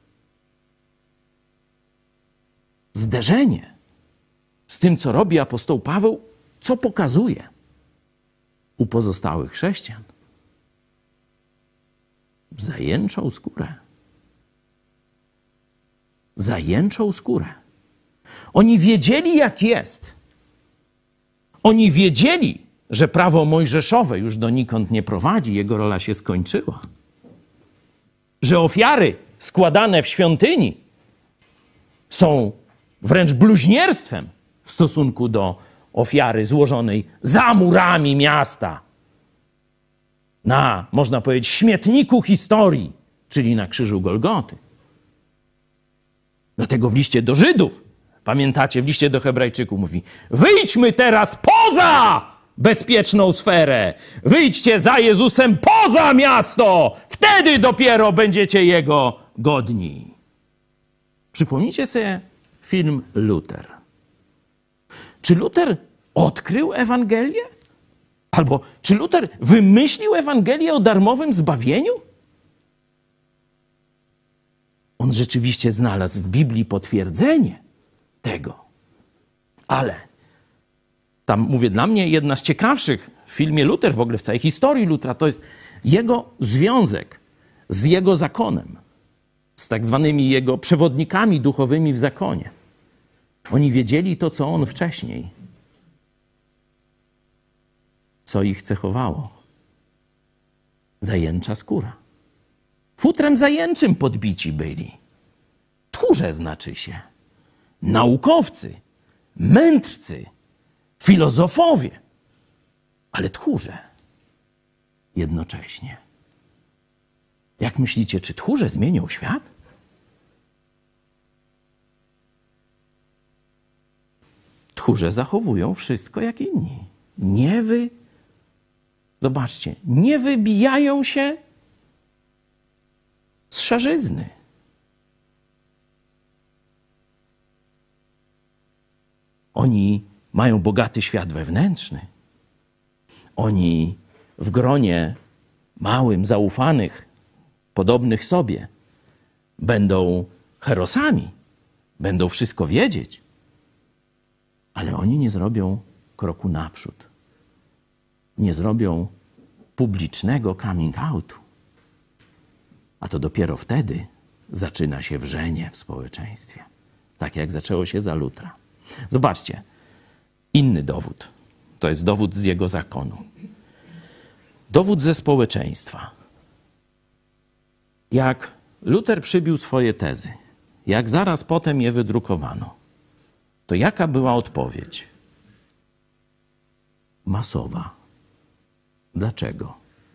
S3: Zderzenie z tym, co robi apostoł Paweł, co pokazuje u pozostałych chrześcijan? Zajęczą skórę. Zajęczą skórę. Oni wiedzieli, jak jest. Oni wiedzieli, że prawo mojżeszowe już donikąd nie prowadzi, jego rola się skończyła. Że ofiary składane w świątyni są wręcz bluźnierstwem w stosunku do ofiary złożonej za murami miasta, na, można powiedzieć, śmietniku historii, czyli na krzyżu Golgoty. Dlatego w liście do Żydów, pamiętacie, w liście do Hebrajczyków mówi: wyjdźmy teraz poza bezpieczną sferę, wyjdźcie za Jezusem poza miasto, wtedy dopiero będziecie Jego godni. Przypomnijcie sobie film Luter. Czy Luter odkrył Ewangelię? Albo czy Luter wymyślił Ewangelię o darmowym zbawieniu? On rzeczywiście znalazł w Biblii potwierdzenie tego. Ale tam, mówię, dla mnie jedna z ciekawszych w filmie Luter, w ogóle w całej historii Lutera, to jest jego związek z jego zakonem, z tak zwanymi jego przewodnikami duchowymi w zakonie. Oni wiedzieli to, co on wcześniej. Co ich cechowało? Zajęcza skóra. Futrem zajęczym podbici byli. Tchórze znaczy się. Naukowcy, mędrcy, filozofowie, ale tchórze jednocześnie. Jak myślicie, czy tchórze zmienią świat? Tchórze zachowują wszystko jak inni. Nie wy... Zobaczcie, nie wybijają się z szarzyzny. Oni mają bogaty świat wewnętrzny. Oni w gronie małym, zaufanych, podobnych sobie, będą herosami, będą wszystko wiedzieć, ale oni nie zrobią kroku naprzód. Nie zrobią publicznego coming outu. A to dopiero wtedy zaczyna się wrzenie w społeczeństwie. Tak jak zaczęło się za Lutera. Zobaczcie, inny dowód. To jest dowód z jego zakonu. Dowód ze społeczeństwa. Jak Luter przybił swoje tezy, jak zaraz potem je wydrukowano, to jaka była odpowiedź? Masowa. Dlaczego?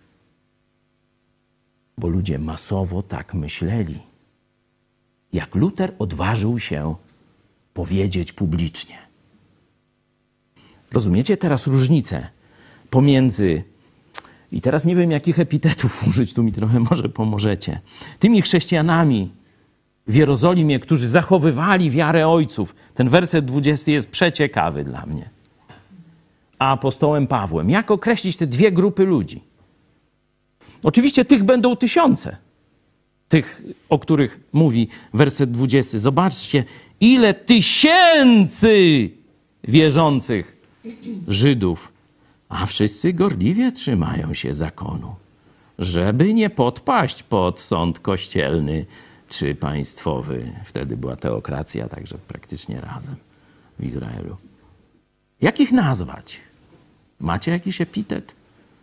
S3: Bo ludzie masowo tak myśleli. Jak Luter odważył się powiedzieć publicznie. Rozumiecie teraz różnicę pomiędzy I teraz nie wiem, jakich epitetów użyć, tu mi trochę może pomożecie. Tymi chrześcijanami w Jerozolimie, którzy zachowywali wiarę ojców. Ten werset dwudziesty jest przeciekawy dla mnie. A apostołem Pawłem. Jak określić te dwie grupy ludzi? Oczywiście tych będą tysiące. Tych, o których mówi werset dwudziesty. Zobaczcie, ile tysięcy wierzących Żydów, a wszyscy gorliwie trzymają się zakonu, żeby nie podpaść pod sąd kościelny czy państwowy. Wtedy była teokracja, także praktycznie razem w Izraelu. Jak ich nazwać? Macie jakiś epitet?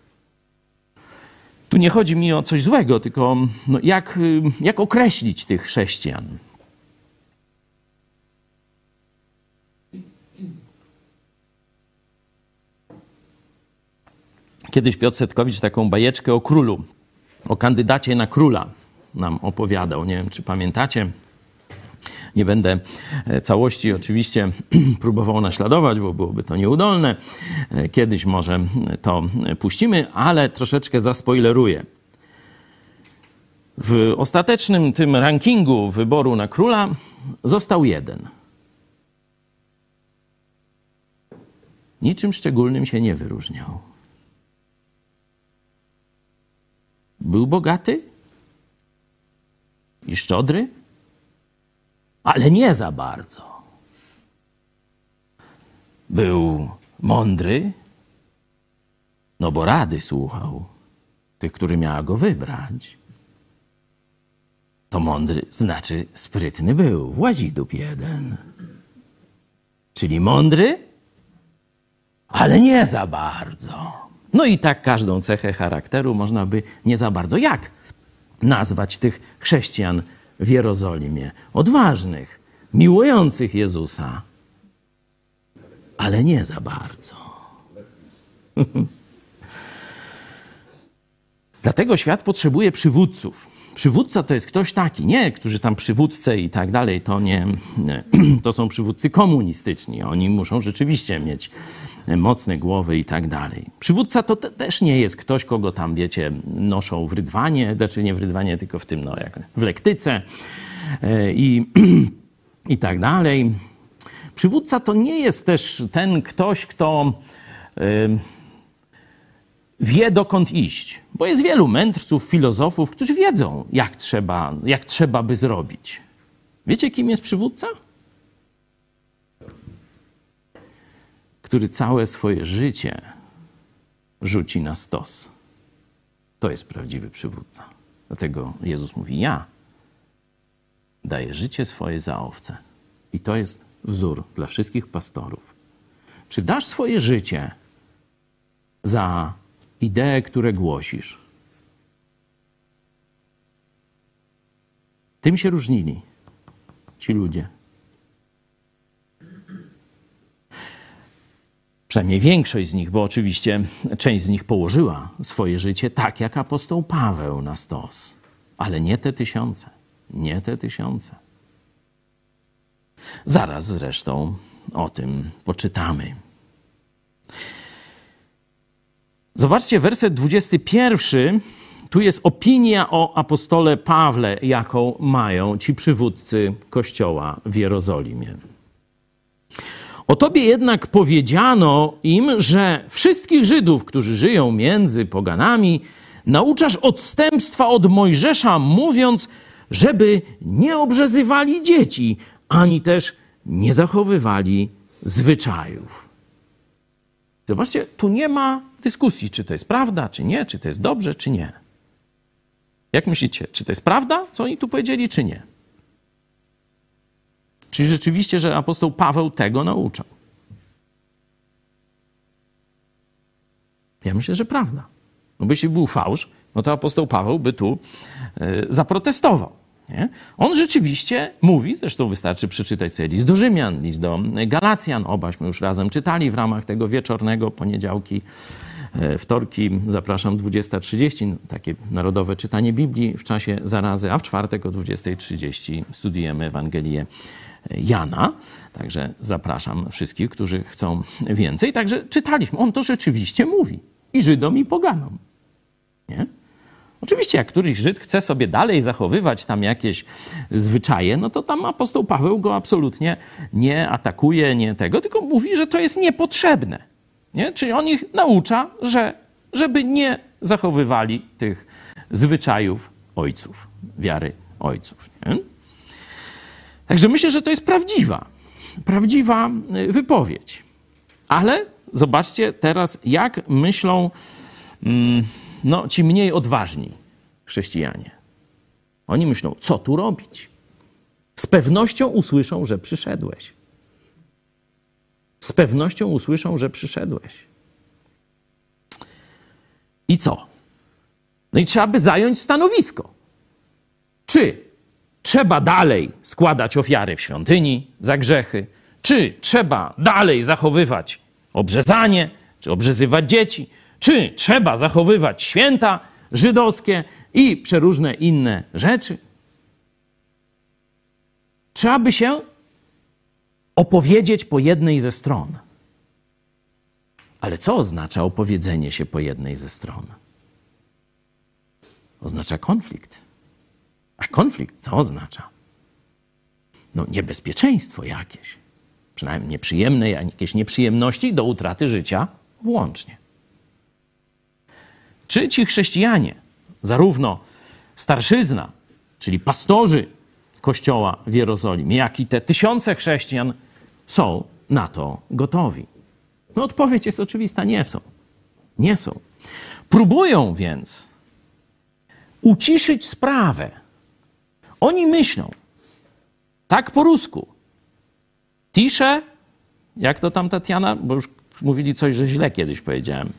S3: Tu nie chodzi mi o coś złego, tylko no jak, jak określić tych chrześcijan? Kiedyś Piotr Setkowicz taką bajeczkę o królu, o kandydacie na króla nam opowiadał. Nie wiem, czy pamiętacie. Nie będę całości oczywiście próbował naśladować, bo byłoby to nieudolne. Kiedyś może to puścimy, ale troszeczkę zaspoileruję. W ostatecznym tym rankingu wyboru na króla został jeden. Niczym szczególnym się nie wyróżniał. Był bogaty i szczodry, ale nie za bardzo. Był mądry, no bo rady słuchał tych, który miała go wybrać. To mądry znaczy sprytny był, włazidup jeden. Czyli mądry, ale nie za bardzo. No i tak każdą cechę charakteru można by nie za bardzo. Jak nazwać tych chrześcijan w Jerozolimie? Odważnych, miłujących Jezusa, ale nie za bardzo. Dlatego świat potrzebuje przywódców. Przywódca to jest ktoś taki, nie, którzy tam przywódcy i tak dalej, to nie, nie, to są przywódcy komunistyczni. Oni muszą rzeczywiście mieć mocne głowy i tak dalej. Przywódca to te, też nie jest ktoś, kogo tam, wiecie, noszą w rydwanie, znaczy nie w rydwanie, tylko w tym, no, jak w lektyce yy, i, i tak dalej. Przywódca to nie jest też ten ktoś, kto yy, wie, dokąd iść. Bo jest wielu mędrców, filozofów, którzy wiedzą, jak trzeba, jak trzeba by zrobić. Wiecie, kim jest przywódca? Który całe swoje życie rzuci na stos. To jest prawdziwy przywódca. Dlatego Jezus mówi, ja daję życie swoje za owce. I to jest wzór dla wszystkich pastorów. Czy dasz swoje życie za idee, które głosisz? Tym się różnili ci ludzie. Przynajmniej większość z nich, bo oczywiście część z nich położyła swoje życie tak jak apostoł Paweł na stos. Ale nie te tysiące. Nie te tysiące. Zaraz zresztą o tym poczytamy. Zobaczcie, werset dwudziesty pierwszy. Tu jest opinia o apostole Pawle, jaką mają ci przywódcy Kościoła w Jerozolimie. O tobie jednak powiedziano im, że wszystkich Żydów, którzy żyją między poganami, nauczasz odstępstwa od Mojżesza, mówiąc, żeby nie obrzezywali dzieci, ani też nie zachowywali zwyczajów. Zobaczcie, tu nie ma dyskusji, czy to jest prawda, czy nie, czy to jest dobrze, czy nie. Jak myślicie, czy to jest prawda, co oni tu powiedzieli, czy nie? Czy rzeczywiście, że apostoł Paweł tego nauczał? Ja myślę, że prawda. No bo jeśli był fałsz, no to apostoł Paweł by tu y, zaprotestował. Nie? On rzeczywiście mówi, zresztą wystarczy przeczytać sobie list do Rzymian, list do Galacjan, obaśmy już razem czytali w ramach tego wieczornego, poniedziałki, wtorki, zapraszam, dwudziesta trzydzieści, takie narodowe czytanie Biblii w czasie zarazy, a w czwartek o dwudziestej trzydzieści studiujemy Ewangelię Jana. Także zapraszam wszystkich, którzy chcą więcej. Także czytaliśmy. On to rzeczywiście mówi. I Żydom, i poganom. Nie? Oczywiście, jak któryś Żyd chce sobie dalej zachowywać tam jakieś zwyczaje, no to tam apostoł Paweł go absolutnie nie atakuje, nie tego, tylko mówi, że to jest niepotrzebne. Nie? Czyli on ich naucza, że, żeby nie zachowywali tych zwyczajów ojców, wiary ojców. Nie? Także myślę, że to jest prawdziwa, prawdziwa wypowiedź. Ale zobaczcie teraz, jak myślą mm, no, ci mniej odważni chrześcijanie. Oni myślą, co tu robić? Z pewnością usłyszą, że przyszedłeś. Z pewnością usłyszą, że przyszedłeś. I co? No i trzeba by zająć stanowisko. Czy trzeba dalej składać ofiary w świątyni za grzechy? Czy trzeba dalej zachowywać obrzezanie? Czy obrzezywać dzieci? Czy trzeba zachowywać święta żydowskie i przeróżne inne rzeczy? Trzeba by się opowiedzieć po jednej ze stron. Ale co oznacza opowiedzenie się po jednej ze stron? Oznacza konflikt. A konflikt co oznacza? No niebezpieczeństwo jakieś. Przynajmniej nieprzyjemne, jakieś nieprzyjemności do utraty życia włącznie. Czy ci chrześcijanie, zarówno starszyzna, czyli pastorzy Kościoła w Jerozolimie, jak i te tysiące chrześcijan są na to gotowi? No odpowiedź jest oczywista, nie są. Nie są. Próbują więc uciszyć sprawę. Oni myślą, tak po rusku, tisze, jak to tam Tatiana, bo już mówili coś, że źle kiedyś powiedziałem.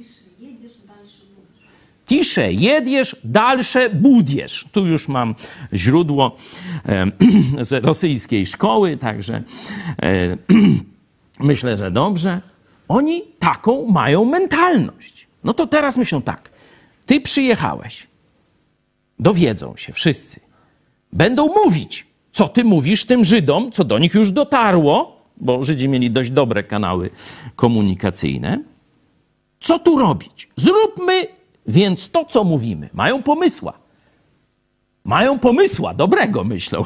S3: Tisze, jedziesz, dalsze budziesz. Tu już mam źródło e, z rosyjskiej szkoły, także e, myślę, że dobrze. Oni taką mają mentalność. No to teraz myślą tak. Ty przyjechałeś. Dowiedzą się wszyscy. Będą mówić, co ty mówisz tym Żydom, co do nich już dotarło, bo Żydzi mieli dość dobre kanały komunikacyjne. Co tu robić? Zróbmy więc to, co mówimy. Mają pomysła. Mają pomysła, dobrego myślą.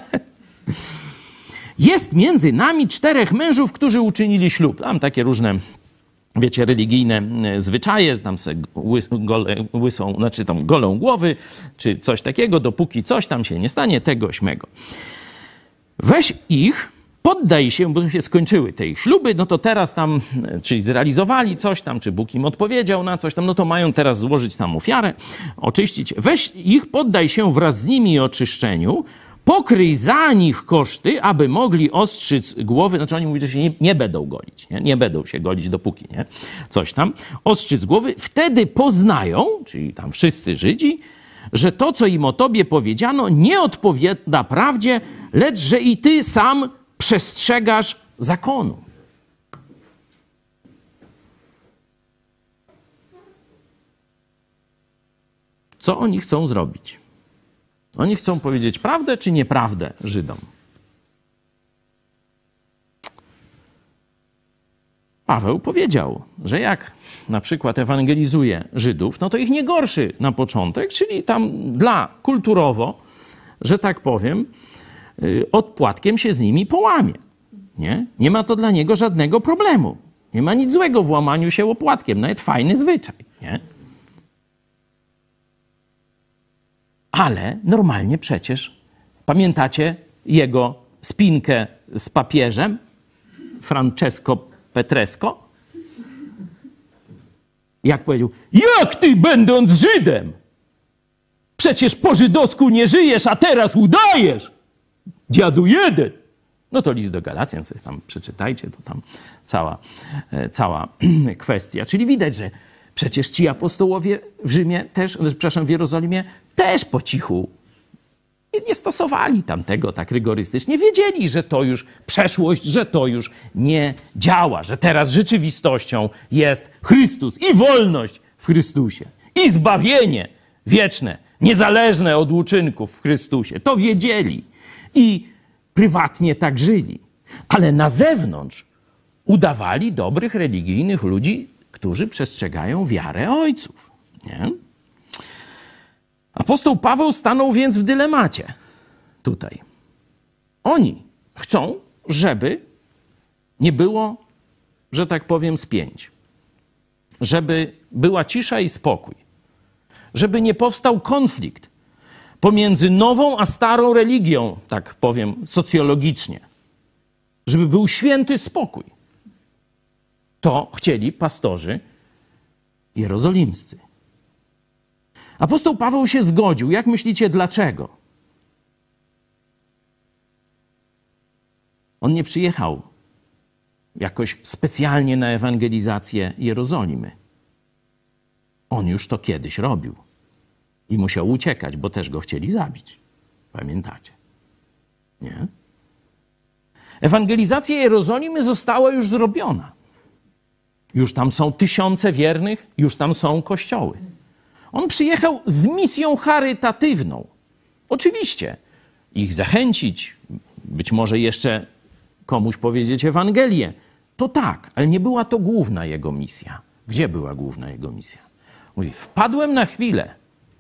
S3: Jest między nami czterech mężów, którzy uczynili ślub. Tam takie różne, wiecie, religijne zwyczaje, tam se łys, gole, łysą, znaczy tam golą głowy, czy coś takiego, dopóki coś tam się nie stanie, tego śmego. Weź ich, poddaj się, bo się skończyły te ich śluby, no to teraz tam, czyli zrealizowali coś tam, czy Bóg im odpowiedział na coś tam, no to mają teraz złożyć tam ofiarę, oczyścić. Weź ich, poddaj się wraz z nimi oczyszczeniu, pokryj za nich koszty, aby mogli ostrzyc głowy. Znaczy oni mówią, że się nie, nie będą golić. Nie? nie będą się golić dopóki, nie? Coś tam. Ostrzyc głowy. Wtedy poznają, czyli tam wszyscy Żydzi, że to, co im o tobie powiedziano, nie odpowiada prawdzie, lecz że i ty sam przestrzegasz zakonu. Co oni chcą zrobić? Oni chcą powiedzieć prawdę czy nieprawdę Żydom? Paweł powiedział, że jak na przykład ewangelizuje Żydów, no to ich nie gorszy na początek, czyli tam dla kulturowo, że tak powiem, odpłatkiem się z nimi połamie. Nie? Nie ma to dla niego żadnego problemu. Nie ma nic złego w łamaniu się opłatkiem, nawet fajny zwyczaj. Nie? Ale normalnie przecież, pamiętacie jego spinkę z papieżem, Francesco Petresco? Jak powiedział, jak ty będąc Żydem? Przecież po żydowsku nie żyjesz, a teraz udajesz. Dziadu jeden. No to list do Galacjan, sobie tam przeczytajcie, to tam cała, cała kwestia. Czyli widać, że przecież ci apostołowie w Rzymie też, przepraszam, w Jerozolimie też po cichu nie stosowali tamtego tak rygorystycznie. Wiedzieli, że to już przeszłość, że to już nie działa, że teraz rzeczywistością jest Chrystus i wolność w Chrystusie i zbawienie wieczne, niezależne od uczynków w Chrystusie. To wiedzieli i prywatnie tak żyli. Ale na zewnątrz udawali dobrych, religijnych ludzi, którzy przestrzegają wiarę ojców. Nie? Apostoł Paweł stanął więc w dylemacie tutaj. Oni chcą, żeby nie było, że tak powiem, spięć. Żeby była cisza i spokój. Żeby nie powstał konflikt pomiędzy nową a starą religią, tak powiem socjologicznie. Żeby był święty spokój. To chcieli pastorzy jerozolimscy. Apostoł Paweł się zgodził. Jak myślicie, dlaczego? On nie przyjechał jakoś specjalnie na ewangelizację Jerozolimy. On już to kiedyś robił. I musiał uciekać, bo też go chcieli zabić. Pamiętacie? Nie? Ewangelizacja Jerozolimy została już zrobiona. Już tam są tysiące wiernych, już tam są kościoły. On przyjechał z misją charytatywną. Oczywiście, ich zachęcić, być może jeszcze komuś powiedzieć Ewangelię. To tak, ale nie była to główna jego misja. Gdzie była główna jego misja? Mówi, wpadłem na chwilę,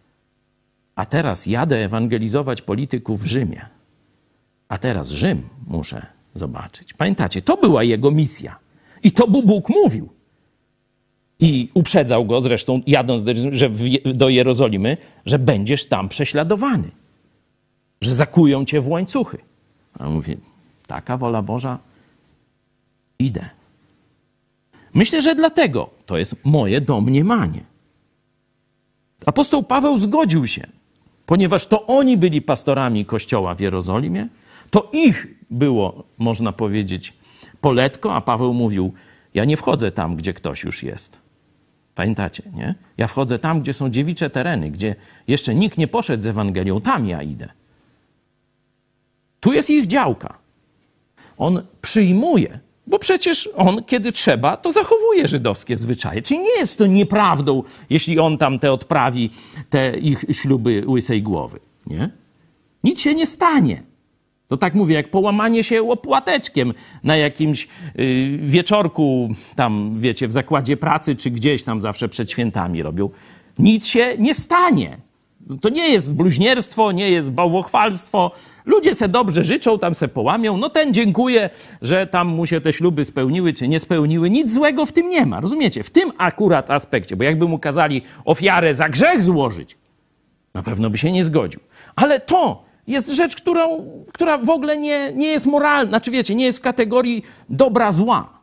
S3: a teraz jadę ewangelizować polityków w Rzymie. A teraz Rzym muszę zobaczyć. Pamiętacie, to była jego misja. I to Bóg mówił. I uprzedzał go zresztą, jadąc do, że do Jerozolimy, że będziesz tam prześladowany. Że zakują cię w łańcuchy. A on mówi, taka wola Boża, idę. Myślę, że dlatego to jest moje domniemanie. Apostoł Paweł zgodził się, ponieważ to oni byli pastorami kościoła w Jerozolimie, to ich było, można powiedzieć, poletko, a Paweł mówił, ja nie wchodzę tam, gdzie ktoś już jest. Pamiętacie, nie? Ja wchodzę tam, gdzie są dziewicze tereny, gdzie jeszcze nikt nie poszedł z Ewangelią, tam ja idę. Tu jest ich działka. On przyjmuje, bo przecież on, kiedy trzeba, to zachowuje żydowskie zwyczaje. Czyli nie jest to nieprawdą, jeśli on tam te odprawi, te ich śluby łysej głowy. Nie? Nic się nie stanie. To tak mówię, jak połamanie się łopłateczkiem na jakimś y, wieczorku, tam wiecie, w zakładzie pracy, czy gdzieś tam zawsze przed świętami robią. Nic się nie stanie. To nie jest bluźnierstwo, nie jest bałwochwalstwo. Ludzie se dobrze życzą, tam se połamią. No ten dziękuję, że tam mu się te śluby spełniły, czy nie spełniły. Nic złego w tym nie ma, rozumiecie? W tym akurat aspekcie, bo jakby mu kazali ofiarę za grzech złożyć, na pewno by się nie zgodził. Ale to jest rzecz, którą, która w ogóle nie, nie jest moralna. Znaczy wiecie, nie jest w kategorii dobra, zła.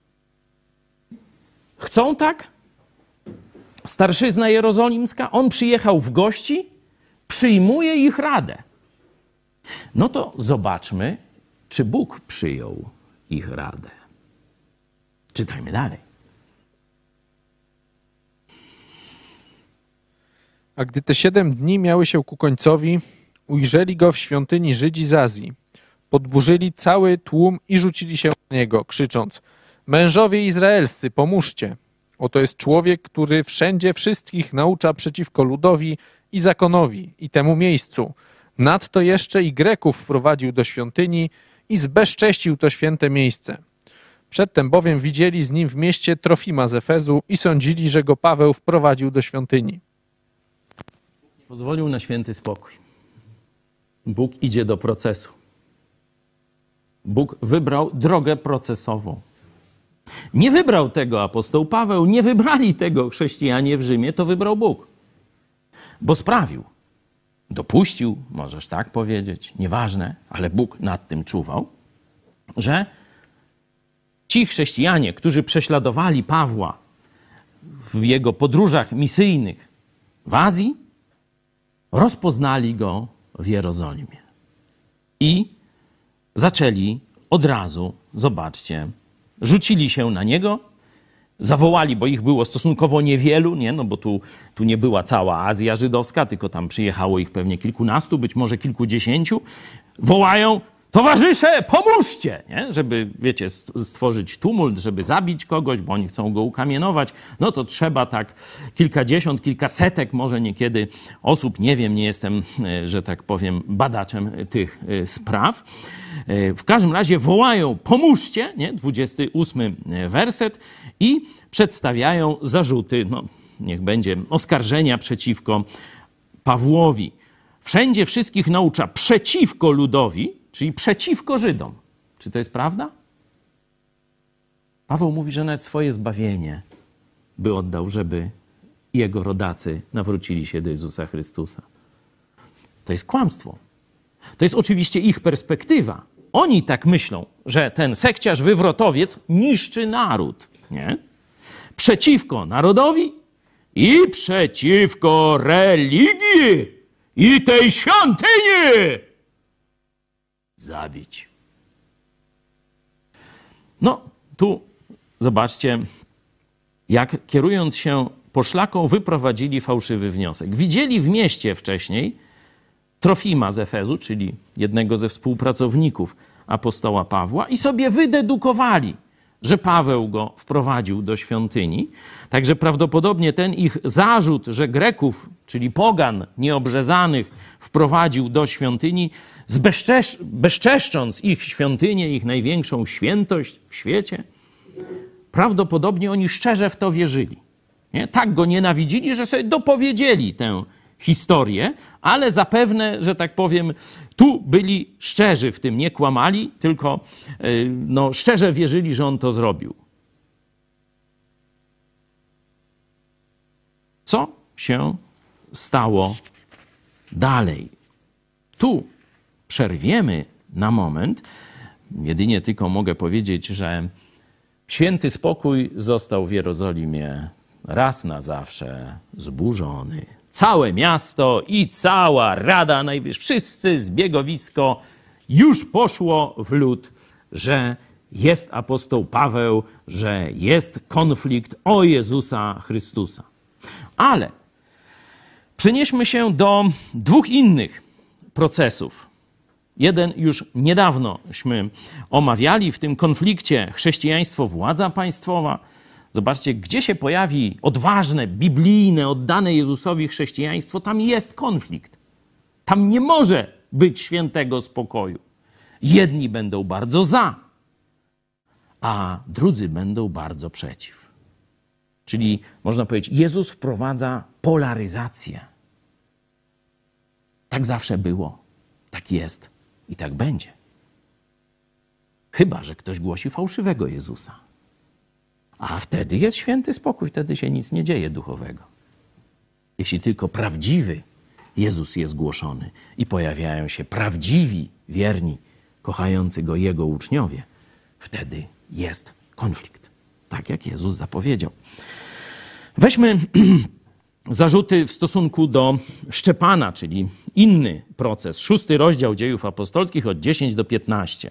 S3: Chcą tak? Starszyzna jerozolimska, on przyjechał w gości, przyjmuje ich radę. No to zobaczmy, czy Bóg przyjął ich radę. Czytajmy dalej.
S5: A gdy te siedem dni miały się ku końcowi, ujrzeli go w świątyni Żydzi z Azji. Podburzyli cały tłum i rzucili się na niego, krzycząc: mężowie izraelscy, pomóżcie! Oto jest człowiek, który wszędzie wszystkich naucza przeciwko ludowi i zakonowi i temu miejscu. Nadto jeszcze i Greków wprowadził do świątyni i zbezcześcił to święte miejsce. Przedtem bowiem widzieli z nim w mieście Trofima z Efezu i sądzili, że go Paweł wprowadził do świątyni.
S3: Pozwolił na święty spokój. Bóg idzie do procesu. Bóg wybrał drogę procesową. Nie wybrał tego apostoł Paweł, nie wybrali tego chrześcijanie w Rzymie, to wybrał Bóg. Bo sprawił, dopuścił, możesz tak powiedzieć, nieważne, ale Bóg nad tym czuwał, że ci chrześcijanie, którzy prześladowali Pawła w jego podróżach misyjnych w Azji, rozpoznali go w Jerozolimie. I zaczęli od razu, zobaczcie, rzucili się na niego, zawołali, bo ich było stosunkowo niewielu, nie? No bo tu, tu nie była cała Azja żydowska, tylko tam przyjechało ich pewnie kilkunastu, być może kilkudziesięciu. Wołają: towarzysze, pomóżcie! Nie? Żeby, wiecie, stworzyć tumult, żeby zabić kogoś, bo oni chcą go ukamienować. No to trzeba tak kilkadziesiąt, kilkasetek może niekiedy osób. Nie wiem, nie jestem, że tak powiem, badaczem tych spraw. W każdym razie wołają: pomóżcie, nie? dwudziesty ósmy werset, i przedstawiają zarzuty, no niech będzie oskarżenia przeciwko Pawłowi. Wszędzie wszystkich naucza przeciwko ludowi, czyli przeciwko Żydom. Czy to jest prawda? Paweł mówi, że nawet swoje zbawienie by oddał, żeby jego rodacy nawrócili się do Jezusa Chrystusa. To jest kłamstwo. To jest oczywiście ich perspektywa. Oni tak myślą, że ten sekciarz, wywrotowiec niszczy naród. Nie? Przeciwko narodowi i przeciwko religii i tej świątyni zabić. No, tu zobaczcie, jak kierując się poszlaką wyprowadzili fałszywy wniosek. Widzieli w mieście wcześniej Trofima z Efezu, czyli jednego ze współpracowników apostoła Pawła i sobie wydedukowali, że Paweł go wprowadził do świątyni. Także prawdopodobnie ten ich zarzut, że Greków, czyli pogan nieobrzezanych, wprowadził do świątyni, zbezczesz- bezczeszcząc ich świątynię, ich największą świętość w świecie, prawdopodobnie oni szczerze w to wierzyli. Nie? Tak go nienawidzili, że sobie dopowiedzieli tę historię, ale zapewne, że tak powiem, tu byli szczerzy w tym, nie kłamali, tylko yy, no, szczerze wierzyli, że on to zrobił. Co się stało dalej? Tu przerwiemy na moment. Jedynie tylko mogę powiedzieć, że święty spokój został w Jerozolimie raz na zawsze zburzony. Całe miasto i cała Rada Najwyższa, wszyscy zbiegowisko już poszło w lód, że jest apostoł Paweł, że jest konflikt o Jezusa Chrystusa. Ale przenieśmy się do dwóch innych procesów. Jeden już niedawnośmy omawiali w tym konflikcie chrześcijaństwo, władza państwowa. Zobaczcie, gdzie się pojawi odważne, biblijne, oddane Jezusowi chrześcijaństwo, tam jest konflikt. Tam nie może być świętego spokoju. Jedni będą bardzo za, a drudzy będą bardzo przeciw. Czyli można powiedzieć, Jezus wprowadza polaryzację. Tak zawsze było, tak jest i tak będzie. Chyba że ktoś głosi fałszywego Jezusa. A wtedy jest święty spokój, wtedy się nic nie dzieje duchowego. Jeśli tylko prawdziwy Jezus jest głoszony i pojawiają się prawdziwi, wierni, kochający Go Jego uczniowie, wtedy jest konflikt. Tak jak Jezus zapowiedział. Weźmy zarzuty w stosunku do Szczepana, czyli inny proces. Szósty rozdział Dziejów Apostolskich od dziesięć do piętnastu.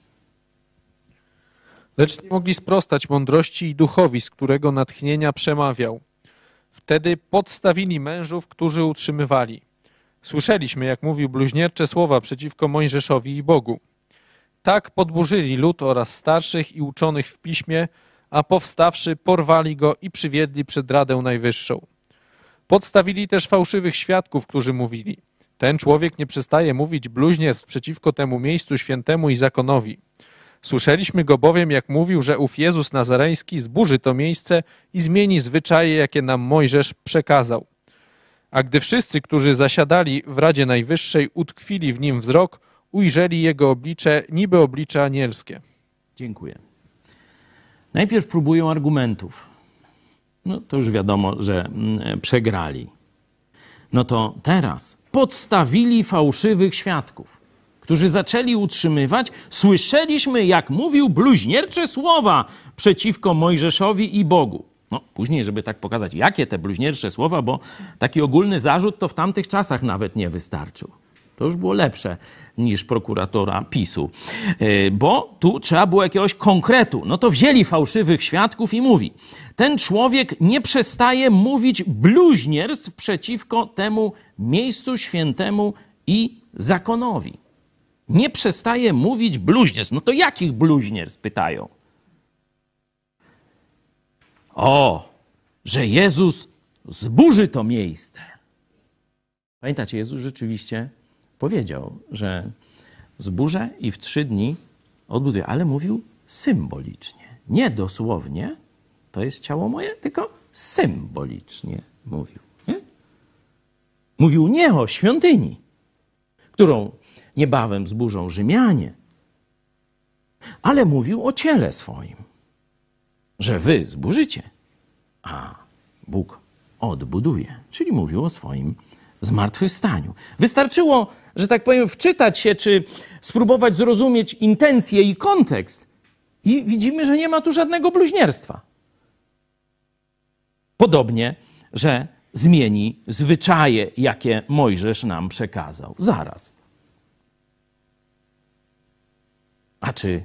S5: Lecz nie mogli sprostać mądrości i duchowi, z którego natchnienia przemawiał. Wtedy podstawili mężów, którzy utrzymywali. Słyszeliśmy, jak mówił bluźniercze słowa przeciwko Mojżeszowi i Bogu. Tak podburzyli lud oraz starszych i uczonych w piśmie, a powstawszy porwali go i przywiedli przed Radę Najwyższą. Podstawili też fałszywych świadków, którzy mówili: ten człowiek nie przestaje mówić bluźnierstw przeciwko temu miejscu świętemu i zakonowi. Słyszeliśmy go bowiem, jak mówił, że ów Jezus Nazareński zburzy to miejsce i zmieni zwyczaje, jakie nam Mojżesz przekazał. A gdy wszyscy, którzy zasiadali w Radzie Najwyższej, utkwili w nim wzrok, ujrzeli jego oblicze, niby oblicze anielskie.
S3: Dziękuję. Najpierw próbują argumentów. No to już wiadomo, że mm, przegrali. No to teraz podstawili fałszywych świadków, którzy zaczęli utrzymywać, słyszeliśmy, jak mówił bluźniercze słowa przeciwko Mojżeszowi i Bogu. No, później, żeby tak pokazać, jakie te bluźniercze słowa, bo taki ogólny zarzut to w tamtych czasach nawet nie wystarczył. To już było lepsze niż prokuratora PiSu. Bo tu trzeba było jakiegoś konkretu. No to wzięli fałszywych świadków i mówi: ten człowiek nie przestaje mówić bluźnierstw przeciwko temu miejscu świętemu i zakonowi. Nie przestaje mówić bluźnierstw. No to jakich bluźnierstw? Pytają. O, że Jezus zburzy to miejsce. Pamiętacie, Jezus rzeczywiście powiedział, że zburzę i w trzy dni odbuduję, ale mówił symbolicznie. Nie dosłownie, to jest ciało moje, tylko symbolicznie mówił. Nie? Mówił nie o świątyni, którą niebawem zburzą Rzymianie, ale mówił o ciele swoim, że wy zburzycie, a Bóg odbuduje. Czyli mówił o swoim zmartwychwstaniu. Wystarczyło, że tak powiem, wczytać się, czy spróbować zrozumieć intencje i kontekst i widzimy, że nie ma tu żadnego bluźnierstwa. Podobnie, że zmieni zwyczaje, jakie Mojżesz nam przekazał. Zaraz. A czy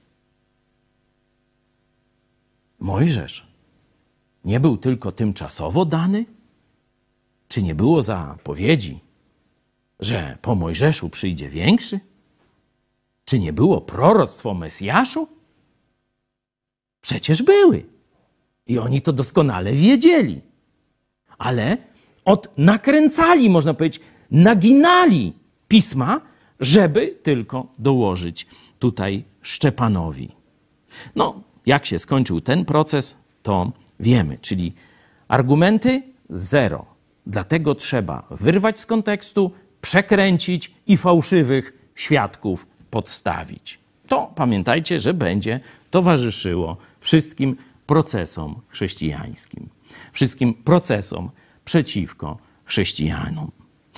S3: Mojżesz nie był tylko tymczasowo dany? Czy nie było zapowiedzi, że po Mojżeszu przyjdzie większy? Czy nie było proroctwo o Mesjaszu? Przecież były. I oni to doskonale wiedzieli. Ale odnakręcali, można powiedzieć, naginali pisma, żeby tylko dołożyć tutaj Szczepanowi. No, jak się skończył ten proces, to wiemy. Czyli argumenty zero. Dlatego trzeba wyrwać z kontekstu, przekręcić i fałszywych świadków podstawić. To pamiętajcie, że będzie towarzyszyło wszystkim procesom chrześcijańskim. Wszystkim procesom przeciwko chrześcijanom.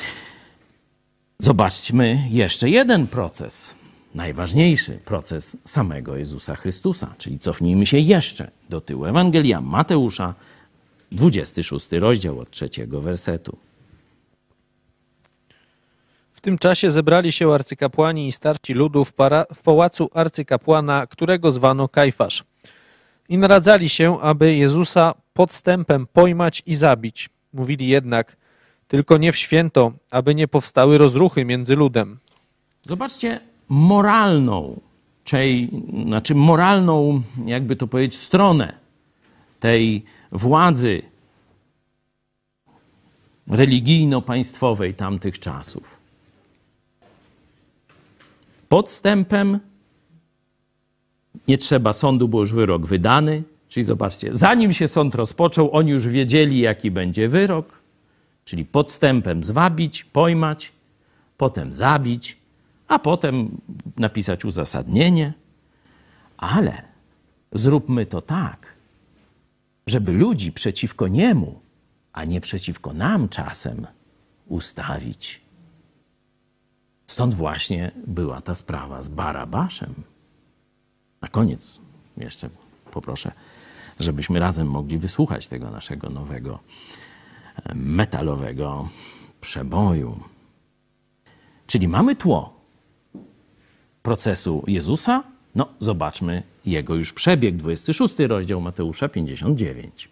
S3: Zobaczmy jeszcze jeden proces. Najważniejszy proces samego Jezusa Chrystusa. Czyli cofnijmy się jeszcze do tyłu. Ewangelia Mateusza, dwudziesty szósty rozdział od trzeciego wersetu.
S5: W tym czasie zebrali się arcykapłani i starci ludu w, para, w pałacu arcykapłana, którego zwano Kajfasz. I naradzali się, aby Jezusa podstępem pojmać i zabić. Mówili jednak, tylko nie w święto, aby nie powstały rozruchy między ludem.
S3: Zobaczcie moralną, czyli, znaczy moralną, jakby to powiedzieć, stronę tej władzy religijno-państwowej tamtych czasów. Podstępem nie trzeba sądu, bo już wyrok wydany. Czyli zobaczcie, zanim się sąd rozpoczął, oni już wiedzieli, jaki będzie wyrok. Czyli podstępem zwabić, pojmać, potem zabić, a potem napisać uzasadnienie. Ale zróbmy to tak, żeby ludzi przeciwko niemu, a nie przeciwko nam czasem ustawić. Stąd właśnie była ta sprawa z Barabaszem. Na koniec jeszcze poproszę, żebyśmy razem mogli wysłuchać tego naszego nowego metalowego przeboju. Czyli mamy tło procesu Jezusa. No, zobaczmy jego już przebieg. dwudziesty szósty rozdział Mateusza pięćdziesiąt dziewięć.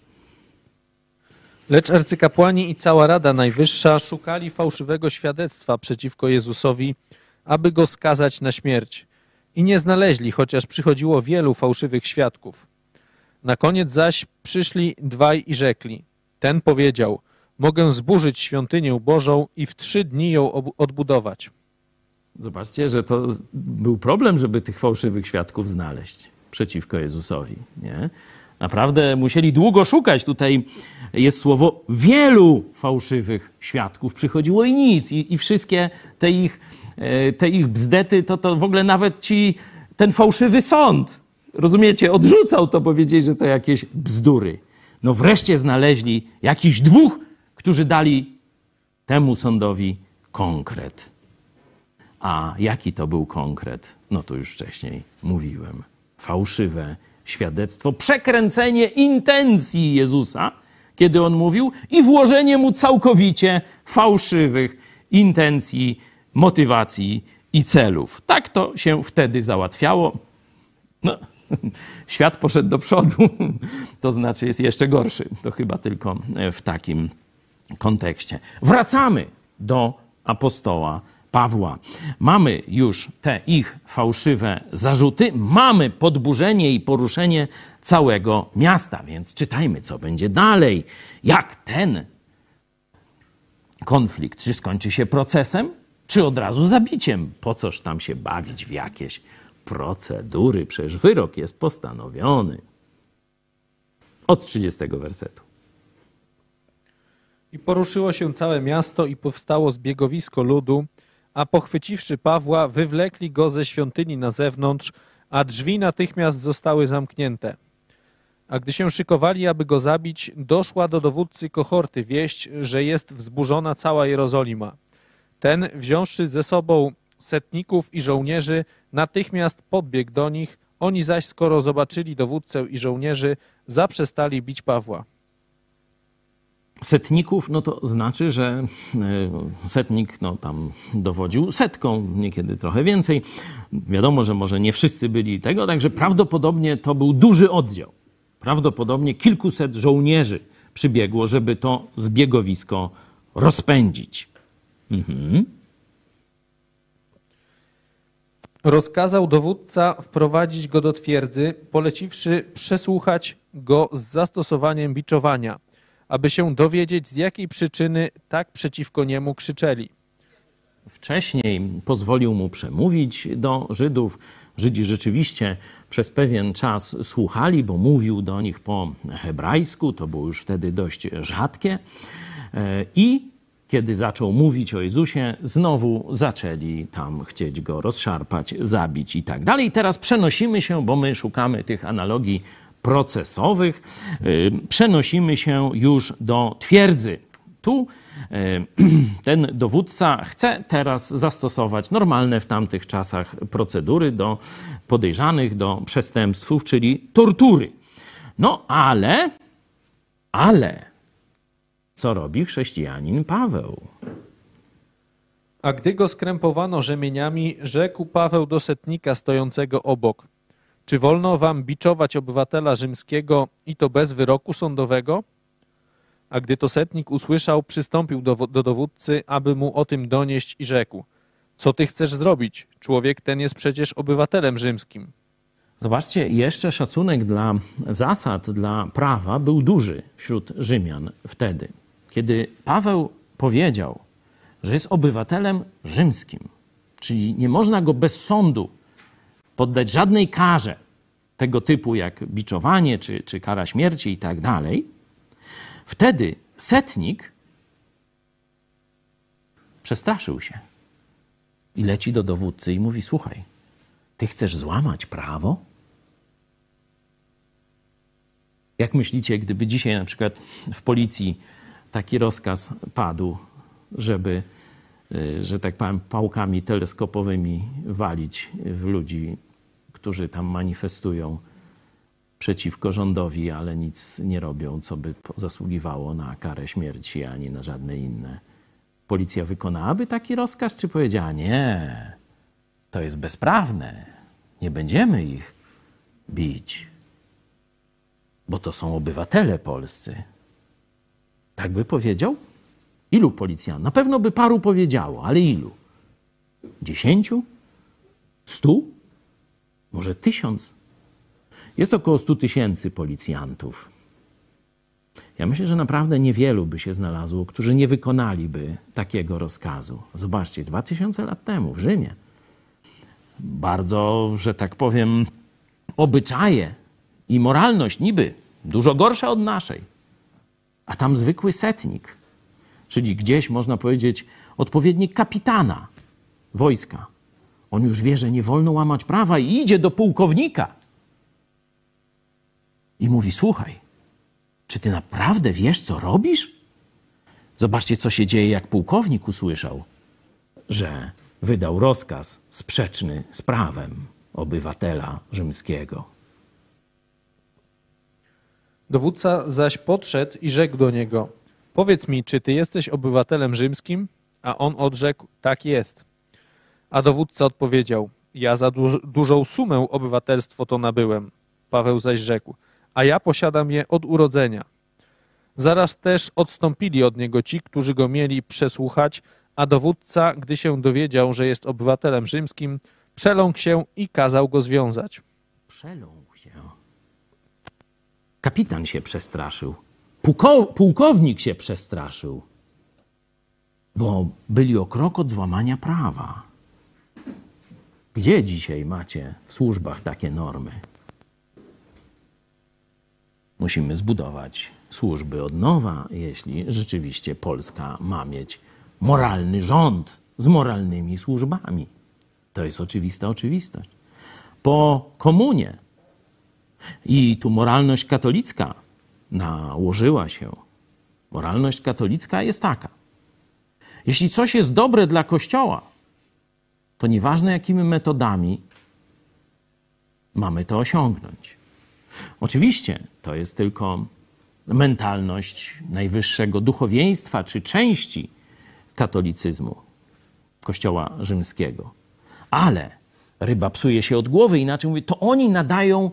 S5: Lecz arcykapłani i cała Rada Najwyższa szukali fałszywego świadectwa przeciwko Jezusowi, aby go skazać na śmierć. I nie znaleźli, chociaż przychodziło wielu fałszywych świadków. Na koniec zaś przyszli dwaj i rzekli. Ten powiedział, mogę zburzyć świątynię Bożą i w trzy dni ją odbudować.
S3: Zobaczcie, że to był problem, żeby tych fałszywych świadków znaleźć przeciwko Jezusowi. Nie? Naprawdę musieli długo szukać. Tutaj jest słowo wielu fałszywych świadków. Przychodziło i nic. I, i wszystkie te ich, te ich bzdety, to, to w ogóle nawet ci, ten fałszywy sąd, rozumiecie, odrzucał to, powiedzieć, że to jakieś bzdury. No wreszcie znaleźli jakichś dwóch, którzy dali temu sądowi konkret. A jaki to był konkret? No to już wcześniej mówiłem. Fałszywe świadectwo, przekręcenie intencji Jezusa, kiedy on mówił, i włożenie mu całkowicie fałszywych intencji, motywacji i celów. Tak to się wtedy załatwiało. No, świat poszedł do przodu, to znaczy jest jeszcze gorszy. To chyba tylko w takim kontekście. Wracamy do apostoła Pawła. Mamy już te ich fałszywe zarzuty, mamy podburzenie i poruszenie całego miasta, więc czytajmy, co będzie dalej. Jak ten konflikt, czy skończy się procesem, czy od razu zabiciem? Po coż tam się bawić w jakieś procedury? Przecież wyrok jest postanowiony. Od trzydziestego wersetu.
S5: I poruszyło się całe miasto i powstało zbiegowisko ludu, a pochwyciwszy Pawła, wywlekli go ze świątyni na zewnątrz, a drzwi natychmiast zostały zamknięte. A gdy się szykowali, aby go zabić, doszła do dowódcy kohorty wieść, że jest wzburzona cała Jerozolima. Ten, wziąwszy ze sobą setników i żołnierzy, natychmiast podbiegł do nich, oni zaś, skoro zobaczyli dowódcę i żołnierzy, zaprzestali bić Pawła.
S3: Setników, no to znaczy, że setnik no, tam dowodził setką, niekiedy trochę więcej. Wiadomo, że może nie wszyscy byli tego, także prawdopodobnie to był duży oddział. Prawdopodobnie kilkuset żołnierzy przybiegło, żeby to zbiegowisko rozpędzić. Mhm.
S5: Rozkazał dowódca wprowadzić go do twierdzy, poleciwszy przesłuchać go z zastosowaniem biczowania, aby się dowiedzieć, z jakiej przyczyny tak przeciwko niemu krzyczeli.
S3: Wcześniej pozwolił mu przemówić do Żydów. Żydzi rzeczywiście przez pewien czas słuchali, bo mówił do nich po hebrajsku, to było już wtedy dość rzadkie. I kiedy zaczął mówić o Jezusie, znowu zaczęli tam chcieć go rozszarpać, zabić i tak dalej. I teraz przenosimy się, bo my szukamy tych analogii procesowych, przenosimy się już do twierdzy. Tu ten dowódca chce teraz zastosować normalne w tamtych czasach procedury do podejrzanych, do przestępstw, czyli tortury. No ale, ale, co robi chrześcijanin Paweł?
S5: A gdy go skrępowano rzemieniami, rzekł Paweł do setnika stojącego obok: czy wolno wam biczować obywatela rzymskiego i to bez wyroku sądowego? A gdy to setnik usłyszał, przystąpił do, do dowódcy, aby mu o tym donieść i rzekł: co ty chcesz zrobić? Człowiek ten jest przecież obywatelem rzymskim.
S3: Zobaczcie, jeszcze szacunek dla zasad, dla prawa był duży wśród Rzymian wtedy. Kiedy Paweł powiedział, że jest obywatelem rzymskim, czyli nie można go bez sądu poddać żadnej karze tego typu jak biczowanie czy, czy kara śmierci i tak dalej, wtedy setnik przestraszył się i leci do dowódcy i mówi: słuchaj, ty chcesz złamać prawo? Jak myślicie, gdyby dzisiaj na przykład w policji taki rozkaz padł, żeby, że tak powiem, pałkami teleskopowymi walić w ludzi, którzy tam manifestują przeciwko rządowi, ale nic nie robią, co by zasługiwało na karę śmierci, ani na żadne inne. Policja wykonałaby taki rozkaz, czy powiedziała: nie, to jest bezprawne, nie będziemy ich bić, bo to są obywatele polscy. Tak by powiedział? Ilu policjantów? Na pewno by paru powiedziało, ale ilu? Dziesięciu? Stu? Może tysiąc? Jest około stu tysięcy policjantów. Ja myślę, że naprawdę niewielu by się znalazło, którzy nie wykonaliby takiego rozkazu. Zobaczcie, dwa tysiące lat temu w Rzymie bardzo, że tak powiem, obyczaje i moralność niby dużo gorsza od naszej. A tam zwykły setnik, czyli gdzieś można powiedzieć odpowiednik kapitana wojska. On już wie, że nie wolno łamać prawa i idzie do pułkownika i mówi: słuchaj, czy ty naprawdę wiesz, co robisz? Zobaczcie, co się dzieje, jak pułkownik usłyszał, że wydał rozkaz sprzeczny z prawem obywatela rzymskiego.
S5: Dowódca zaś podszedł i rzekł do niego: powiedz mi, czy ty jesteś obywatelem rzymskim? A on odrzekł: tak jest. A dowódca odpowiedział: ja za du- dużą sumę obywatelstwo to nabyłem. Paweł zaś rzekł: a ja posiadam je od urodzenia. Zaraz też odstąpili od niego ci, którzy go mieli przesłuchać, a dowódca, gdy się dowiedział, że jest obywatelem rzymskim, przeląkł się i kazał go związać.
S3: Przeląkł się. Kapitan się przestraszył. Puko- pułkownik się przestraszył. Bo byli o krok od złamania prawa. Gdzie dzisiaj macie w służbach takie normy? Musimy zbudować służby od nowa, jeśli rzeczywiście Polska ma mieć moralny rząd z moralnymi służbami. To jest oczywista oczywistość. Po komunie i tu moralność katolicka nałożyła się. Moralność katolicka jest taka. Jeśli coś jest dobre dla Kościoła, to nieważne jakimi metodami mamy to osiągnąć. Oczywiście to jest tylko mentalność najwyższego duchowieństwa czy części katolicyzmu Kościoła rzymskiego. Ale ryba psuje się od głowy, inaczej mówię, to oni nadają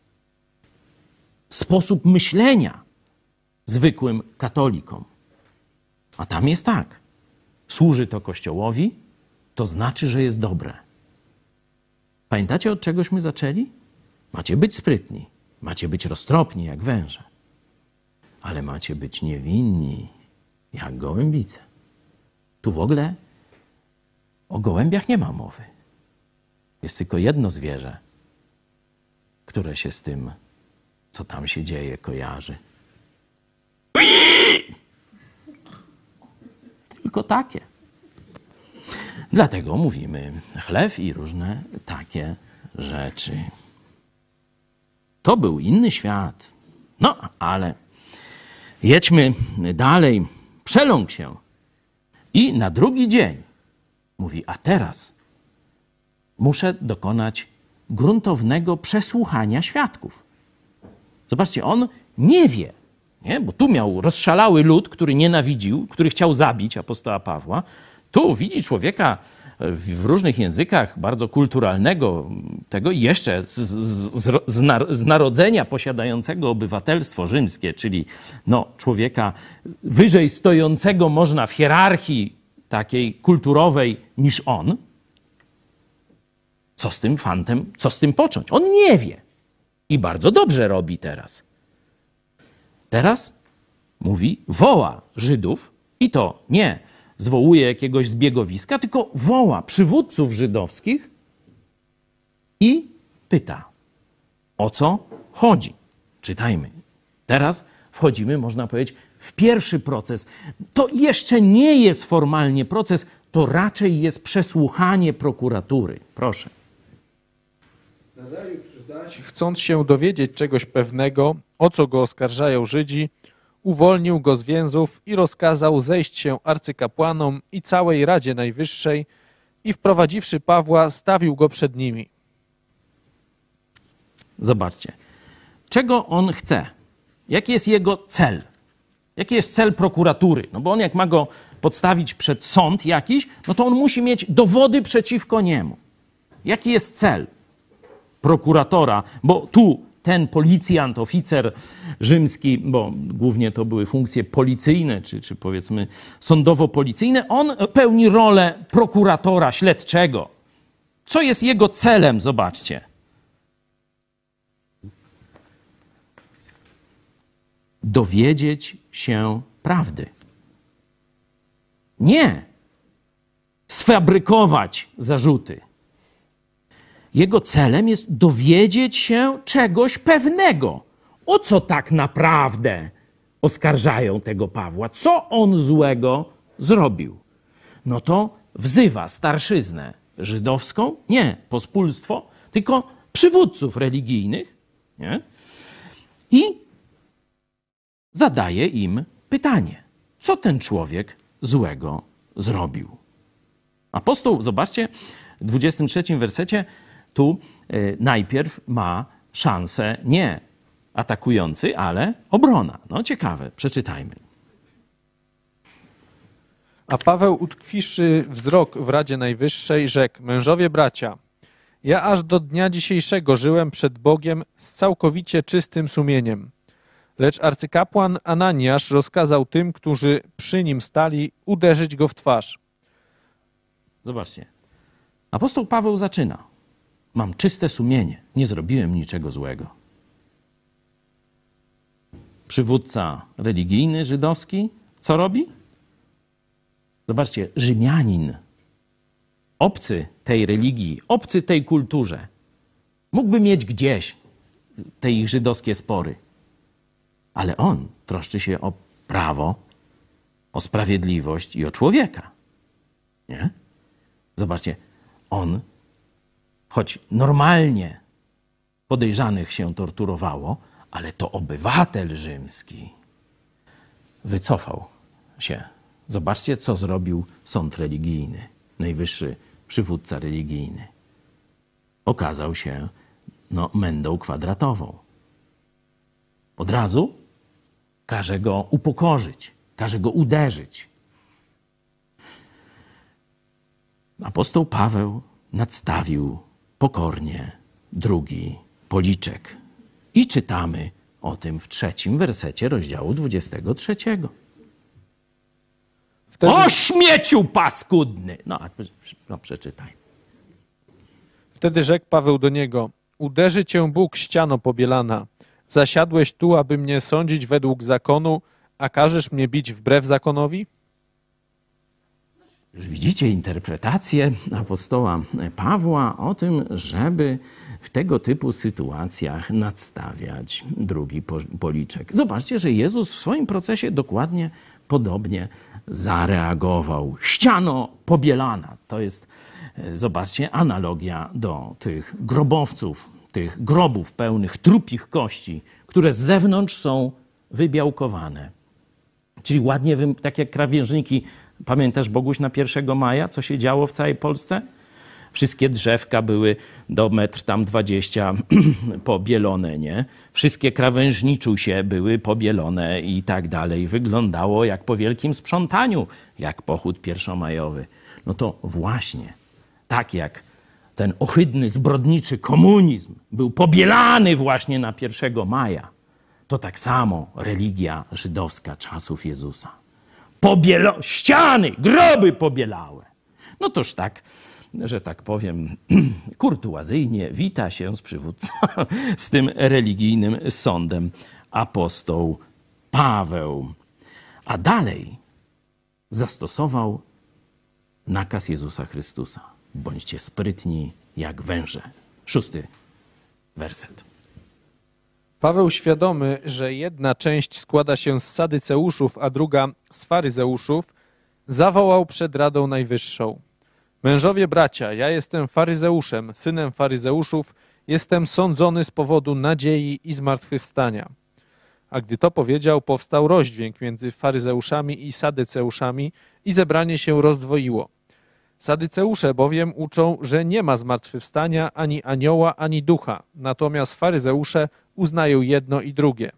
S3: sposób myślenia zwykłym katolikom. A tam jest tak. Służy to Kościołowi, to znaczy, że jest dobre. Pamiętacie, od czegośmy zaczęli? Macie być sprytni, macie być roztropni jak węże, ale macie być niewinni jak gołębice. Tu w ogóle o gołębiach nie ma mowy. Jest tylko jedno zwierzę, które się z tym, co tam się dzieje, kojarzy. Tylko takie. Dlatego mówimy chlew i różne takie rzeczy. To był inny świat. No, ale jedźmy dalej. Przeląkł się. I na drugi dzień mówi, a teraz muszę dokonać gruntownego przesłuchania świadków. Zobaczcie, on nie wie, nie? Bo tu miał rozszalały lud, który nienawidził, który chciał zabić apostoła Pawła. Tu widzi człowieka w różnych językach, bardzo kulturalnego, tego jeszcze z, z, z, z narodzenia posiadającego obywatelstwo rzymskie, czyli no, człowieka wyżej stojącego można w hierarchii takiej kulturowej niż on. Co z tym fantem, co z tym począć? On nie wie. I bardzo dobrze robi teraz. Teraz mówi, woła Żydów i to nie zwołuje jakiegoś zbiegowiska, tylko woła przywódców żydowskich i pyta, o co chodzi. Czytajmy. Teraz wchodzimy, można powiedzieć, w pierwszy proces. To jeszcze nie jest formalnie proces, to raczej jest przesłuchanie prokuratury. Proszę.
S5: Nazajutrz zaś, chcąc się dowiedzieć czegoś pewnego, o co go oskarżają Żydzi, uwolnił go z więzów i rozkazał zejść się arcykapłanom i całej Radzie Najwyższej i wprowadziwszy Pawła, stawił go przed nimi.
S3: Zobaczcie, czego on chce? Jaki jest jego cel? Jaki jest cel prokuratury? No bo on jak ma go podstawić przed sąd jakiś, no to on musi mieć dowody przeciwko niemu. Jaki jest cel prokuratora? Bo tu ten policjant, oficer rzymski, bo głównie to były funkcje policyjne, czy, czy powiedzmy sądowo-policyjne, on pełni rolę prokuratora śledczego. Co jest jego celem? Zobaczcie. Dowiedzieć się prawdy. Nie sfabrykować zarzuty. Jego celem jest dowiedzieć się czegoś pewnego. O co tak naprawdę oskarżają tego Pawła? Co on złego zrobił? No to wzywa starszyznę żydowską, nie pospólstwo, tylko przywódców religijnych, nie? I zadaje im pytanie, co ten człowiek złego zrobił. Apostoł, zobaczcie, w dwudziestym trzecim wersecie tu y, najpierw ma szansę nie atakujący, ale obrona. No ciekawe, przeczytajmy.
S5: A Paweł, utkwiwszy wzrok w Radzie Najwyższej, rzekł, mężowie bracia, ja aż do dnia dzisiejszego żyłem przed Bogiem z całkowicie czystym sumieniem. Lecz arcykapłan Ananiasz rozkazał tym, którzy przy nim stali, uderzyć go w twarz.
S3: Zobaczcie. Apostoł Paweł zaczyna. Mam czyste sumienie, nie zrobiłem niczego złego. Przywódca religijny żydowski co robi? Zobaczcie, Rzymianin, obcy tej religii, obcy tej kulturze, mógłby mieć gdzieś te ich żydowskie spory. Ale on troszczy się o prawo, o sprawiedliwość i o człowieka. Nie? Zobaczcie, on, choć normalnie podejrzanych się torturowało, ale to obywatel rzymski wycofał się. Zobaczcie, co zrobił sąd religijny, najwyższy przywódca religijny. Okazał się no, mędą kwadratową. Od razu każe go upokorzyć, każe go uderzyć. Apostoł Paweł nadstawił pokornie drugi policzek. I czytamy o tym w trzecim wersecie rozdziału dwudziestego trzeciego.
S5: Wtedy,
S3: O śmieciu paskudny! No, no przeczytaj.
S5: wtedy rzekł Paweł do niego: uderzy cię Bóg, ściano pobielana. Zasiadłeś tu, aby mnie sądzić według zakonu, a każesz mnie bić wbrew zakonowi?
S3: Już widzicie interpretację apostoła Pawła o tym, żeby w tego typu sytuacjach nadstawiać drugi policzek. Zobaczcie, że Jezus w swoim procesie dokładnie podobnie zareagował. Ściano pobielana. To jest, zobaczcie, analogia do tych grobowców, tych grobów pełnych trupich kości, które z zewnątrz są wybiałkowane. Czyli ładnie, tak jak krawężniki. Pamiętasz, Boguś, na pierwszego maja, co się działo w całej Polsce? Wszystkie drzewka były do metr tam dwadzieścia pobielone, nie? Wszystkie krawężniczusie były pobielone i tak dalej. Wyglądało jak po wielkim sprzątaniu, jak pochód pierwszomajowy. No to właśnie, tak jak ten ohydny, zbrodniczy komunizm był pobielany właśnie na pierwszego maja, to tak samo religia żydowska czasów Jezusa. Pobielo... ściany, groby pobielałe. No toż tak, że tak powiem, kurtuazyjnie wita się z przywódcą, z tym religijnym sądem apostoł Paweł. A dalej zastosował nakaz Jezusa Chrystusa. Bądźcie sprytni jak węże. Szósty werset.
S5: Paweł, świadomy, że jedna część składa się z sadyceuszów, a druga z faryzeuszów, zawołał przed Radą Najwyższą: mężowie bracia, ja jestem faryzeuszem, synem faryzeuszów, jestem sądzony z powodu nadziei i zmartwychwstania. A gdy to powiedział, powstał rozdźwięk między faryzeuszami i sadyceuszami i zebranie się rozdwoiło. Sadyceusze bowiem uczą, że nie ma zmartwychwstania ani anioła, ani ducha, natomiast faryzeusze uznają jedno i drugie.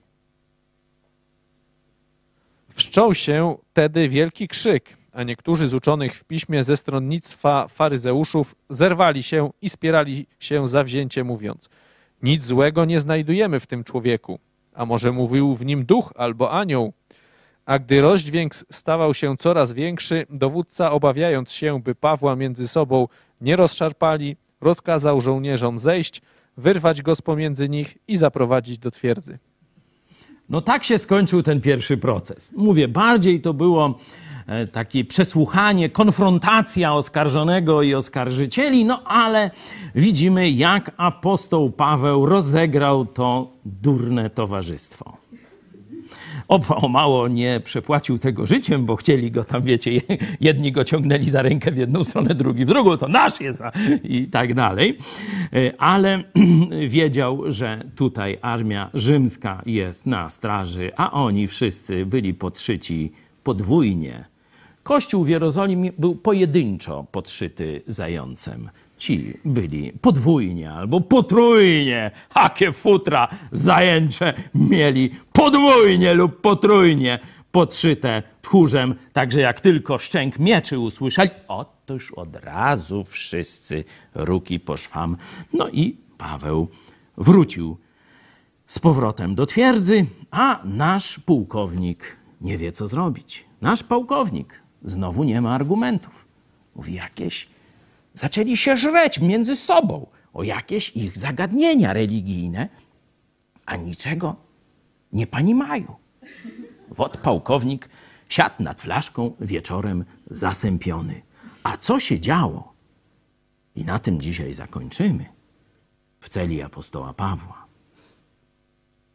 S5: Wszczął się tedy wielki krzyk, a niektórzy z uczonych w piśmie ze stronnictwa faryzeuszów zerwali się i spierali się zawzięcie, mówiąc: nic złego nie znajdujemy w tym człowieku, a może mówił w nim duch albo anioł. A gdy rozdźwięk stawał się coraz większy, dowódca, obawiając się, by Pawła między sobą nie rozszarpali, rozkazał żołnierzom zejść, wyrwać go z pomiędzy nich i zaprowadzić do twierdzy.
S3: No tak się skończył ten pierwszy proces. Mówię, bardziej to było takie przesłuchanie, konfrontacja oskarżonego i oskarżycieli, no ale widzimy, jak apostoł Paweł rozegrał to durne towarzystwo. O, o mało nie przepłacił tego życiem, bo chcieli go tam, wiecie, jedni go ciągnęli za rękę w jedną stronę, drugi w drugą, to nasz jest i tak dalej. Ale wiedział, że tutaj armia rzymska jest na straży, a oni wszyscy byli podszyci podwójnie. Kościół w Jerozolimie był pojedynczo podszyty zającem. Ci byli podwójnie albo potrójnie, jakie futra zajęcze mieli podwójnie lub potrójnie podszyte tchórzem, także jak tylko szczęk mieczy usłyszeli, otóż od razu wszyscy ruki po szwam. No i Paweł wrócił z powrotem do twierdzy, a nasz pułkownik nie wie, co zrobić. Nasz pułkownik znowu nie ma argumentów. Mówi, jakieś zaczęli się żreć między sobą o jakieś ich zagadnienia religijne, a niczego nie panimają. Wot pułkownik siadł nad flaszką wieczorem zasępiony. A co się działo? I na tym dzisiaj zakończymy w celi apostoła Pawła.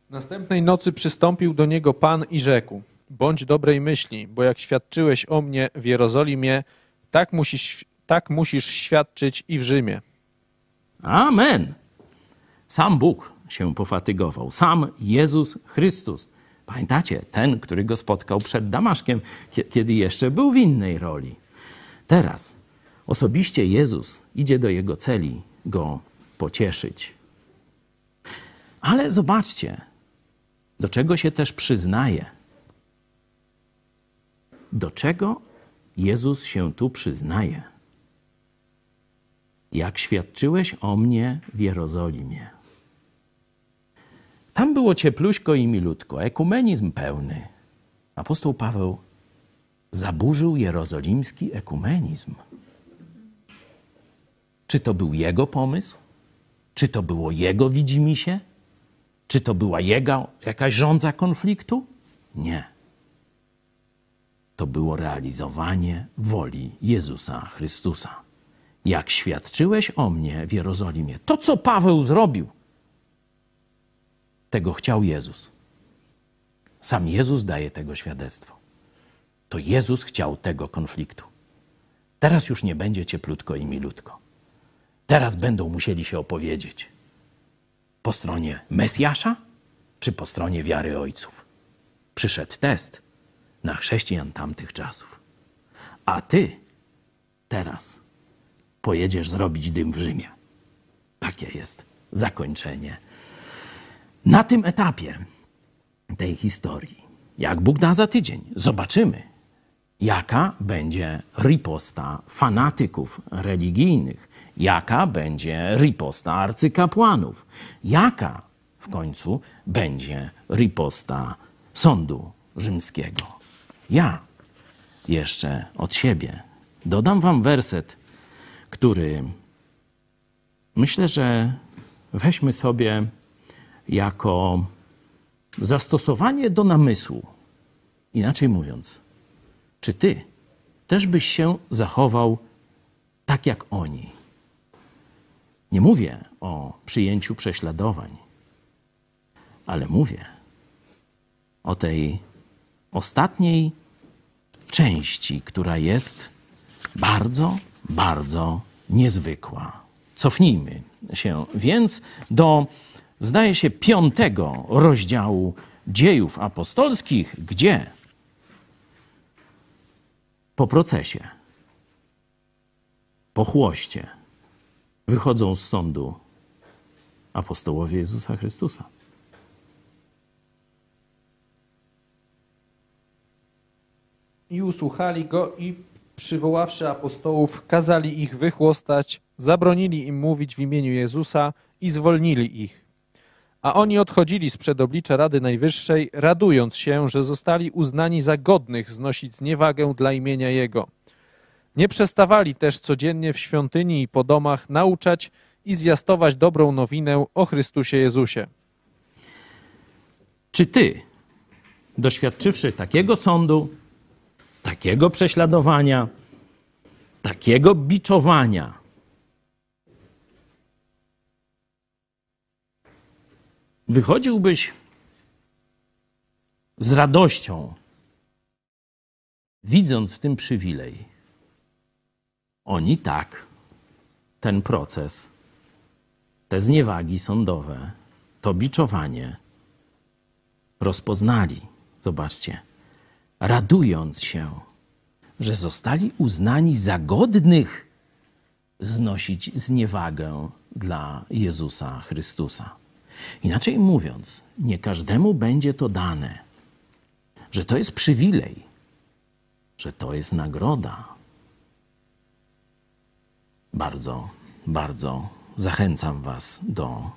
S5: Następnej nocy przystąpił do niego Pan i rzekł: bądź dobrej myśli, bo jak świadczyłeś o mnie w Jerozolimie, tak musisz, tak musisz świadczyć i w Rzymie.
S3: Amen. Sam Bóg się pofatygował. Sam Jezus Chrystus. Pamiętacie? Ten, który go spotkał przed Damaszkiem, kiedy jeszcze był w innej roli. Teraz osobiście Jezus idzie do jego celi go pocieszyć. Ale zobaczcie, do czego się też przyznaje. Do czego Jezus się tu przyznaje? Jak świadczyłeś o mnie w Jerozolimie. Tam było ciepluśko i milutko, ekumenizm pełny. Apostoł Paweł zaburzył jerozolimski ekumenizm. Czy to był jego pomysł? Czy to było jego widzimisię? Czy to była jego jakaś żądza konfliktu? Nie. To było realizowanie woli Jezusa Chrystusa. Jak świadczyłeś o mnie w Jerozolimie. To, co Paweł zrobił, tego chciał Jezus. Sam Jezus daje tego świadectwo. To Jezus chciał tego konfliktu. Teraz już nie będzie cieplutko i milutko. Teraz będą musieli się opowiedzieć. Po stronie Mesjasza, czy po stronie wiary ojców? Przyszedł test na chrześcijan tamtych czasów. A ty teraz pojedziesz zrobić dym w Rzymie. Takie jest zakończenie. Na tym etapie tej historii, jak Bóg da za tydzień, zobaczymy, jaka będzie riposta fanatyków religijnych, jaka będzie riposta arcykapłanów, jaka w końcu będzie riposta sądu rzymskiego. Ja jeszcze od siebie dodam wam werset, który myślę, że weźmy sobie jako zastosowanie do namysłu. Inaczej mówiąc, czy ty też byś się zachował tak jak oni? Nie mówię o przyjęciu prześladowań, ale mówię o tej ostatniej części, która jest bardzo, bardzo niezwykła. Cofnijmy się więc do, zdaje się, piątego rozdziału Dziejów Apostolskich, gdzie po procesie, po chłoście wychodzą z sądu apostołowie Jezusa Chrystusa.
S5: I usłuchali go i przywoławszy apostołów, kazali ich wychłostać, zabronili im mówić w imieniu Jezusa i zwolnili ich. A oni odchodzili sprzed oblicza Rady Najwyższej, radując się, że zostali uznani za godnych znosić zniewagę dla imienia Jego. Nie przestawali też codziennie w świątyni i po domach nauczać i zwiastować dobrą nowinę o Chrystusie Jezusie.
S3: Czy ty, doświadczywszy takiego sądu, takiego prześladowania, takiego biczowania, wychodziłbyś z radością, widząc w tym przywilej? Oni tak, ten proces, te zniewagi sądowe, to biczowanie rozpoznali. Zobaczcie, radując się, że zostali uznani za godnych znosić zniewagę dla Jezusa Chrystusa. Inaczej mówiąc, nie każdemu będzie to dane, że to jest przywilej, że to jest nagroda. Bardzo, bardzo zachęcam was do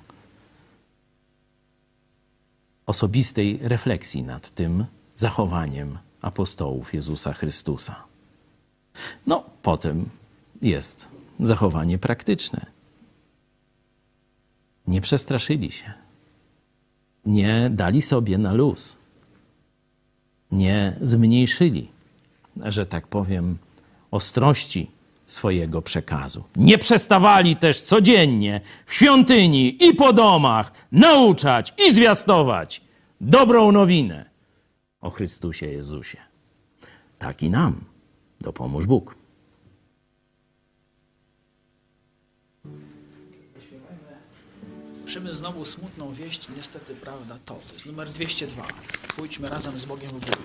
S3: osobistej refleksji nad tym zachowaniem apostołów Jezusa Chrystusa. No, potem jest zachowanie praktyczne. Nie przestraszyli się. Nie dali sobie na luz. Nie zmniejszyli, że tak powiem, ostrości swojego przekazu. Nie przestawali też codziennie w świątyni i po domach nauczać i zwiastować dobrą nowinę o Chrystusie Jezusie. Tak i nam dopomóż Bóg.
S2: Słyszymy znowu smutną wieść, niestety prawda to. To jest numer dwieście dwa. Pójdźmy razem z Bogiem w bój.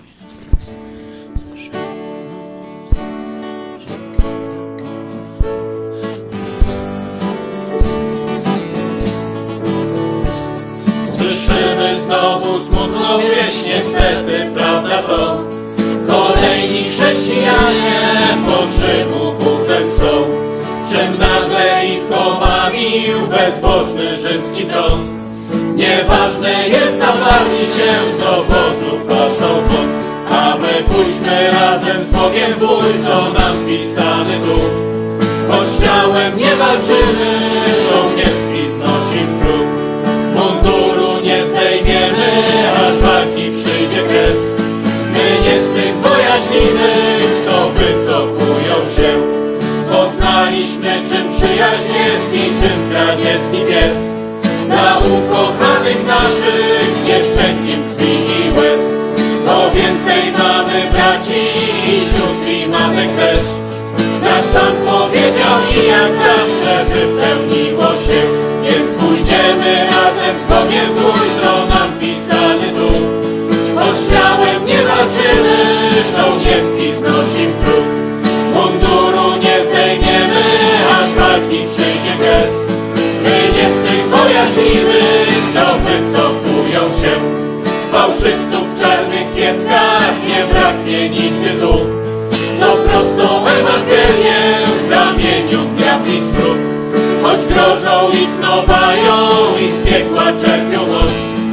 S1: Słyszymy znowu smutną wieść, niestety prawda to. Kolejni chrześcijanie poczymu butem są, czym nagle ich omamił bezbożny rzymski tron. Nieważne jest zawarli się z obozu koszą won, a my pójdźmy razem z Bogiem w bój, co nam pisany tu. Choć ciałem nie walczymy, żołnierski znosimy próg. Munduru nie zdejmiemy, aż walki przyjdzie kres. My nie z tych bojaźliwych, co wycofują się. Poznaliśmy, czym przyjaźń jest i czym zdradziecki pies. Dla ukochanych naszych nie szczędzim krwi i łez. Bo więcej mamy braci i sióstr i matek też. Jak Pan powiedział i jak zawsze wypełniło się. Więc pójdziemy razem z Bogiem w bój, co nam pisany tu. Choć ciałem nie walczymy, żołnierski znosim próg. Munduru nie zdejmiemy, aż walki przyjdzie kres. My nie z tych bojaźliwych, co wycofują się. Fałszywców w czarnych pieckach nie braknie nigdy tu. Co prostą Ewangelię zamienił diabli smród. Choć grożą i knowają i z piekła czerpią moc.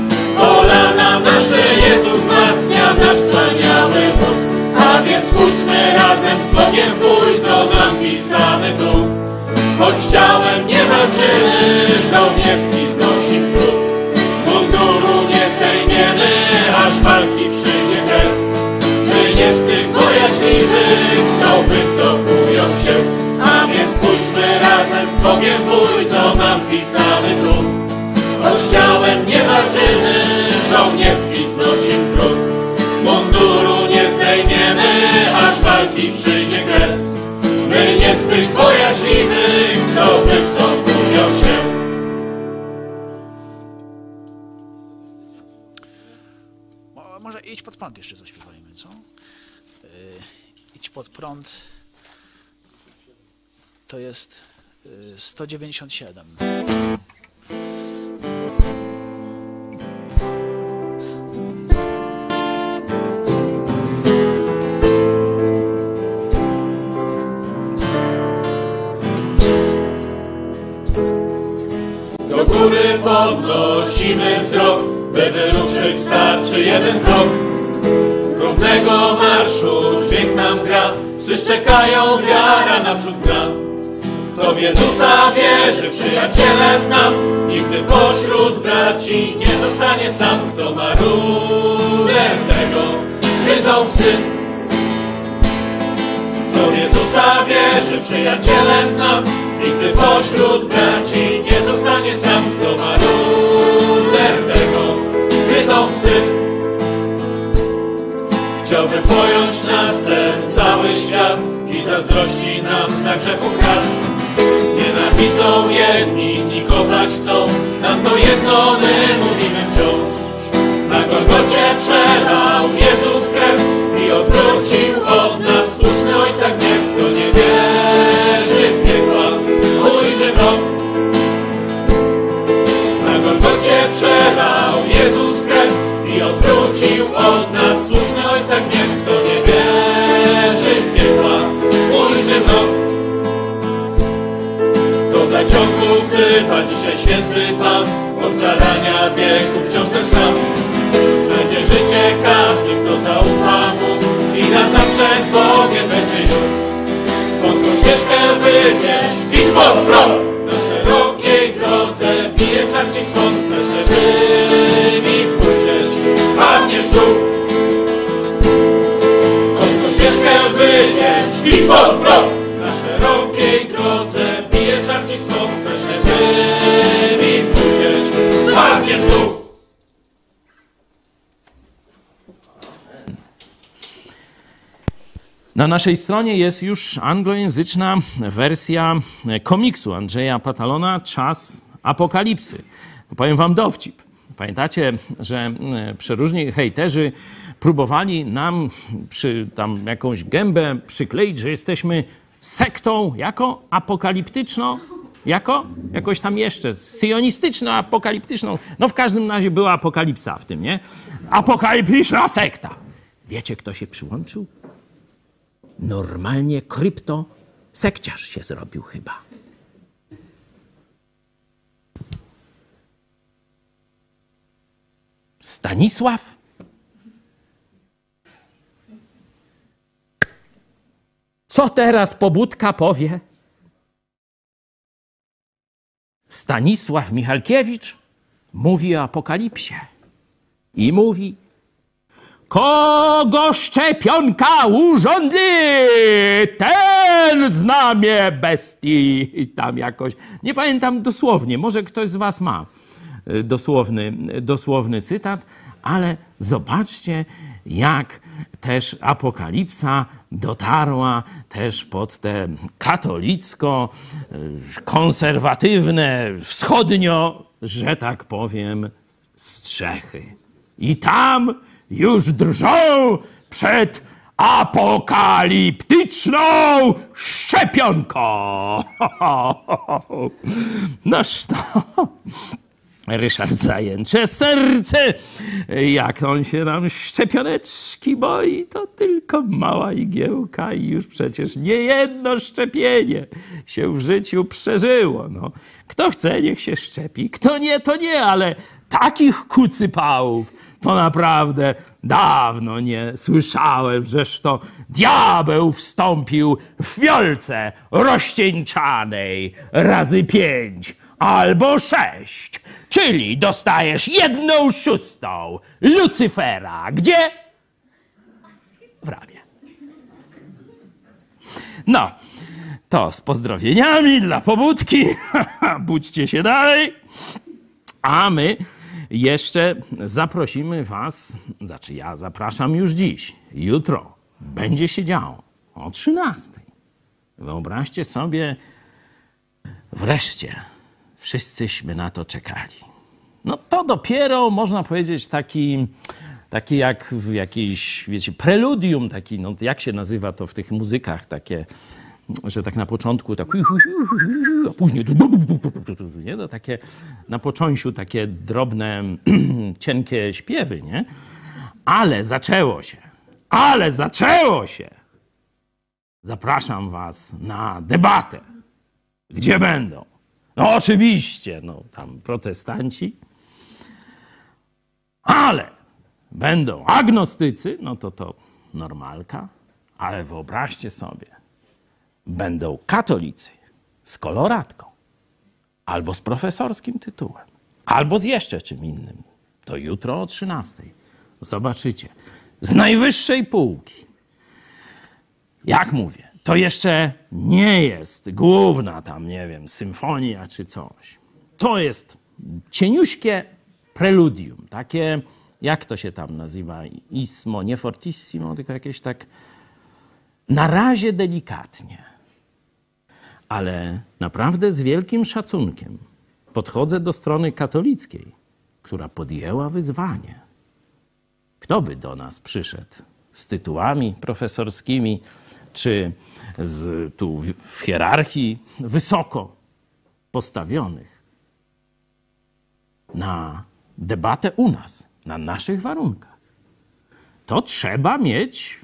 S1: Kolana nasze Jezus wzmacnia nasz wspaniały wódz. A więc pójdźmy razem z Bogiem w bój, co nam pisany tu. Choć ciałem nie walczymy, żołnierski znosi próg. Munduru nie zdejmiemy, aż walki przyjdzie kres. My nie z tych bojaźliwych, co wycofują się. A więc pójdźmy razem z Bogiem w bój, co nam pisany tu. Choć ciałem nie walczymy, żołnierski znosi próg. Munduru nie zdejmiemy, aż walki przyjdzie kres. My nie z tych bojaźliwych, co wycofują się.
S2: Mo- Może idź pod prąd jeszcze zaśpiewajmy, co? Yy, idź pod prąd. To jest yy, sto dziewięćdziesiąt siedem.
S1: Do góry podnosimy wzrok, by wyruszyć starczy jeden krok. Równego marszu dźwięk nam gra, psy szczekają, wiara naprzód gra. Kto w Jezusa wierzy, przyjacielem nam, nigdy pośród braci nie zostanie sam. Kto ma ruler tego, gryzą psy. Kto w Jezusa wierzy, przyjacielem nam, nigdy pośród braci nie zostanie sam. Kto ma ruler tego, gryzą psy. Chciałby pojąć nas ten cały świat i zazdrości nam za grzechu krat. Nienawidzą jedni, inni kochać chcą, nam to jedno my mówimy wciąż. Na Golgocie przelał Jezus krew i odwrócił od nas słuszny Ojca gniew. Kto nie wierzy w piekła, ujrzy mrok. Na Golgocie przelał Jezus krew i odwrócił od nas słuszny Ojca gniew. Kto nie wierzy w piekła, ujrzy mrok. Do zaciągu wzywa dzisiaj święty Pan, od zarania wieków wciąż ten sam. Będzie życie każdy, kto zaufa Mu i na zawsze z Bogiem będzie już. Wąską ścieżkę wybierz, idź pod prąd. Na szerokiej drodze bije czar ci swąd, ze ślepymi pójdziesz, padniesz w dół. Wąską ścieżkę wybierz, idź pod prąd. Na szerokiej wzruszyć słońce śledymi pójdziesz, padniesz w dół.
S3: Na naszej stronie jest już anglojęzyczna wersja komiksu Andrzeja Patalona Czas Apokalipsy. Powiem wam dowcip. Pamiętacie, że przeróżni hejterzy próbowali nam przy tam jakąś gębę przykleić, że jesteśmy sektą jako apokaliptyczną, jako jakoś tam jeszcze sionistyczną, apokaliptyczną. No w każdym razie była apokalipsa w tym, nie? Apokaliptyczna sekta. Wiecie, kto się przyłączył? Normalnie kryptosekciarz się zrobił chyba. Stanisław? Co teraz pobudka powie? Stanisław Michalkiewicz mówi o apokalipsie i mówi: kogo szczepionka urządli, ten znamie bestii. I tam jakoś, nie pamiętam dosłownie, może ktoś z was ma dosłowny, dosłowny cytat, ale zobaczcie, jak też apokalipsa dotarła też pod te katolicko-konserwatywne, wschodnio, że tak powiem, strzechy. I tam już drżą przed apokaliptyczną szczepionką. Noż to Ryszard Zajęcze serce, jak on się nam szczepioneczki boi, to tylko mała igiełka i już przecież nie jedno szczepienie się w życiu przeżyło. No, kto chce, niech się szczepi, kto nie, to nie, ale takich kucypałów to naprawdę dawno nie słyszałem, żeż to diabeł wstąpił w wiolce rozcieńczanej razy pięć albo sześć, czyli dostajesz jedną szóstą Lucyfera. Gdzie? W ramię. No, to z pozdrowieniami dla pobudki. Budźcie się dalej. A my jeszcze zaprosimy was, znaczy ja zapraszam już dziś, jutro będzie się działo o trzynastej. Wyobraźcie sobie, wreszcie wszyscyśmy na to czekali. No to dopiero można powiedzieć taki, taki jak w jakiejś, wiecie, preludium, taki, no jak się nazywa to w tych muzykach, takie, że tak na początku tak, a później nie? To takie na początku takie drobne, cienkie śpiewy, nie? Ale zaczęło się, ale zaczęło się. Zapraszam was na debatę. Gdzie będą? No oczywiście, no tam protestanci, ale będą agnostycy, no to to normalka, ale wyobraźcie sobie, będą katolicy z koloratką, albo z profesorskim tytułem, albo z jeszcze czym innym. To jutro o trzynastej. Zobaczycie. Z najwyższej półki. Jak mówię, to jeszcze nie jest główna tam, nie wiem, symfonia czy coś. To jest cieniuśkie preludium. Takie, jak to się tam nazywa? Ismo, nie fortissimo, tylko jakieś tak na razie delikatnie. Ale naprawdę z wielkim szacunkiem podchodzę do strony katolickiej, która podjęła wyzwanie. Kto by do nas przyszedł z tytułami profesorskimi, czy z, tu w, w hierarchii wysoko postawionych na debatę u nas, na naszych warunkach? To trzeba mieć.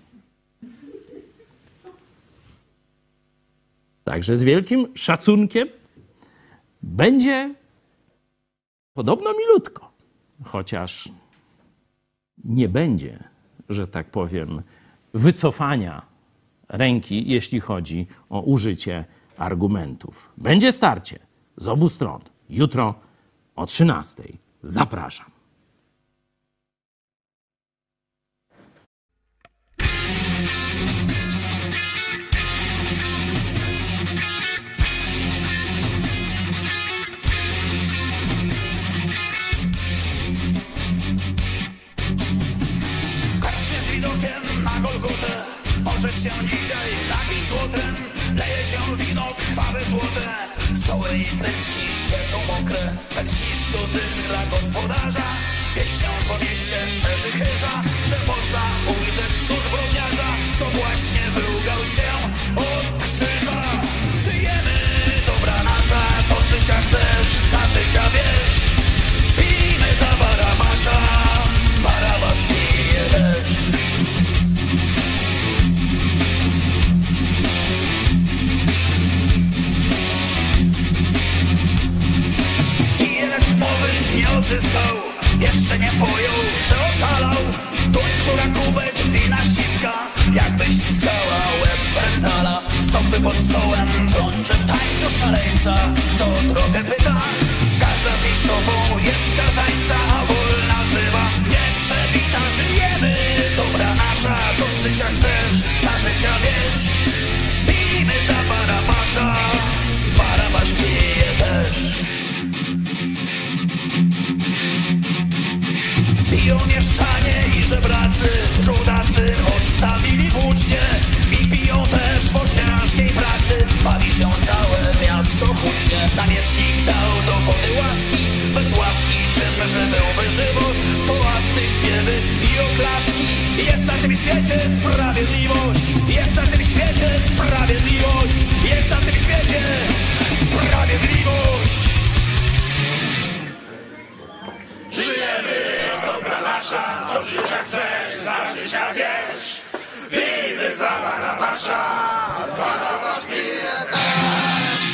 S3: Także z wielkim szacunkiem będzie podobno milutko, chociaż nie będzie, że tak powiem, wycofania ręki, jeśli chodzi o użycie argumentów. Będzie starcie z obu stron. Jutro o trzynastej. Zapraszam.
S6: się dzisiaj napić złotem. Leje się wino, krwawe złote. Stoły i pyski świecą mokre. Ten ścisk to zysk dla gospodarza. Pieśnią po mieście szerzy chyża, że można ujrzeć tu zbrodniarza, co właśnie wyłgał się od krzyża. Żyjemy, dobra nasza, co z życia chcesz, za życia wiesz. Pijmy za Barabasza, Barabasz pije też. I lecz mowy nie odzyskał, jeszcze nie pojął, że ocalał. Dłoń, która kubek wina ściska, jakby ściskała łeb brentala. Stopy pod stołem, plącze w tańcu szaleńca, co drogę pyta. Każda z nich z tobą jest skazańca, a wolna żywa nie przebita. Żyjemy, dobra nasza, co z życia chcesz, za życia wiesz. Pijmy za Barabasza, Barabasz pije też. Piją mieszczanie i żebracy, żołdacy odstawili włócznie. I piją też po ciężkiej pracy, bawi się całe miasto hucznie. Namiestnik dał do wody łaski, bez łaski czymże byłby żywot? To łasty, śpiewy i oklaski. Jest na tym świecie sprawiedliwość, jest na tym świecie sprawiedliwość, jest na tym świecie sprawiedliwość.
S1: Żyjemy, dobra nasza, co życia chcesz, za życia wiesz. Pijmy za Barabasza, Barabasz pije też.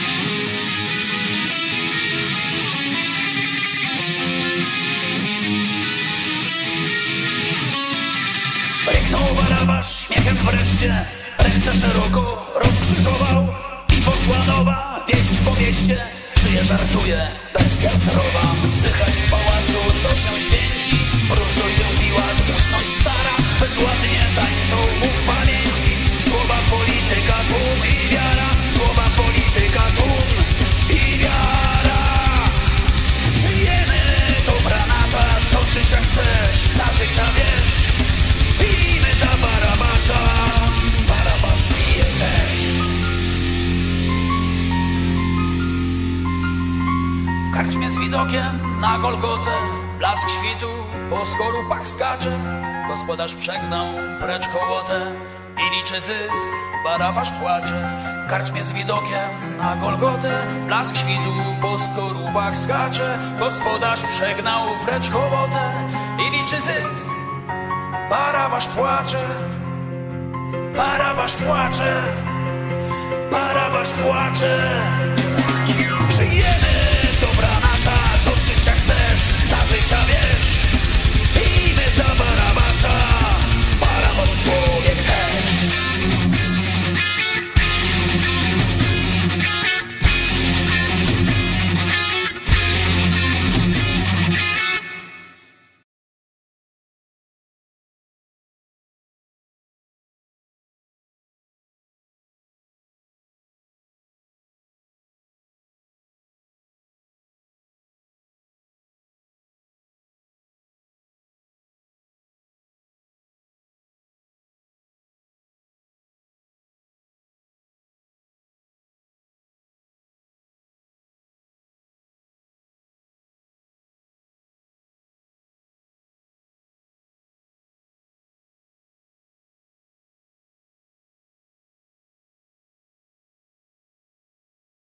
S6: Ryknął Barabasz śmiechem wreszcie, ręce szeroko rozkrzyżował i poszła nowa wieść po mieście. Żyje, żartuje, bestia zdrowa. Słychać w pałacu, co się święci. Próżno się Piłat, usnąć stara. Bezładnie tańczą mu w pamięci. Słowa polityka, tłum i wiara. Słowa polityka, tłum i wiara. Żyjemy, dobra nasza, co z życia chcesz, za życia wiesz. Pijmy za Barabasza, Barabasz pije też. W karczmie z widokiem na Golgotę, blask świtu po skorupach skacze. Gospodarz przegnał precz hołotę i liczy zysk, Barabasz płacze. W karczmie z widokiem na Golgotę, blask świtu po skorupach skacze. Gospodarz przegnał precz hołotę i liczy zysk, Barabasz płacze. Barabasz płacze, Barabasz płacze. Żyjemy,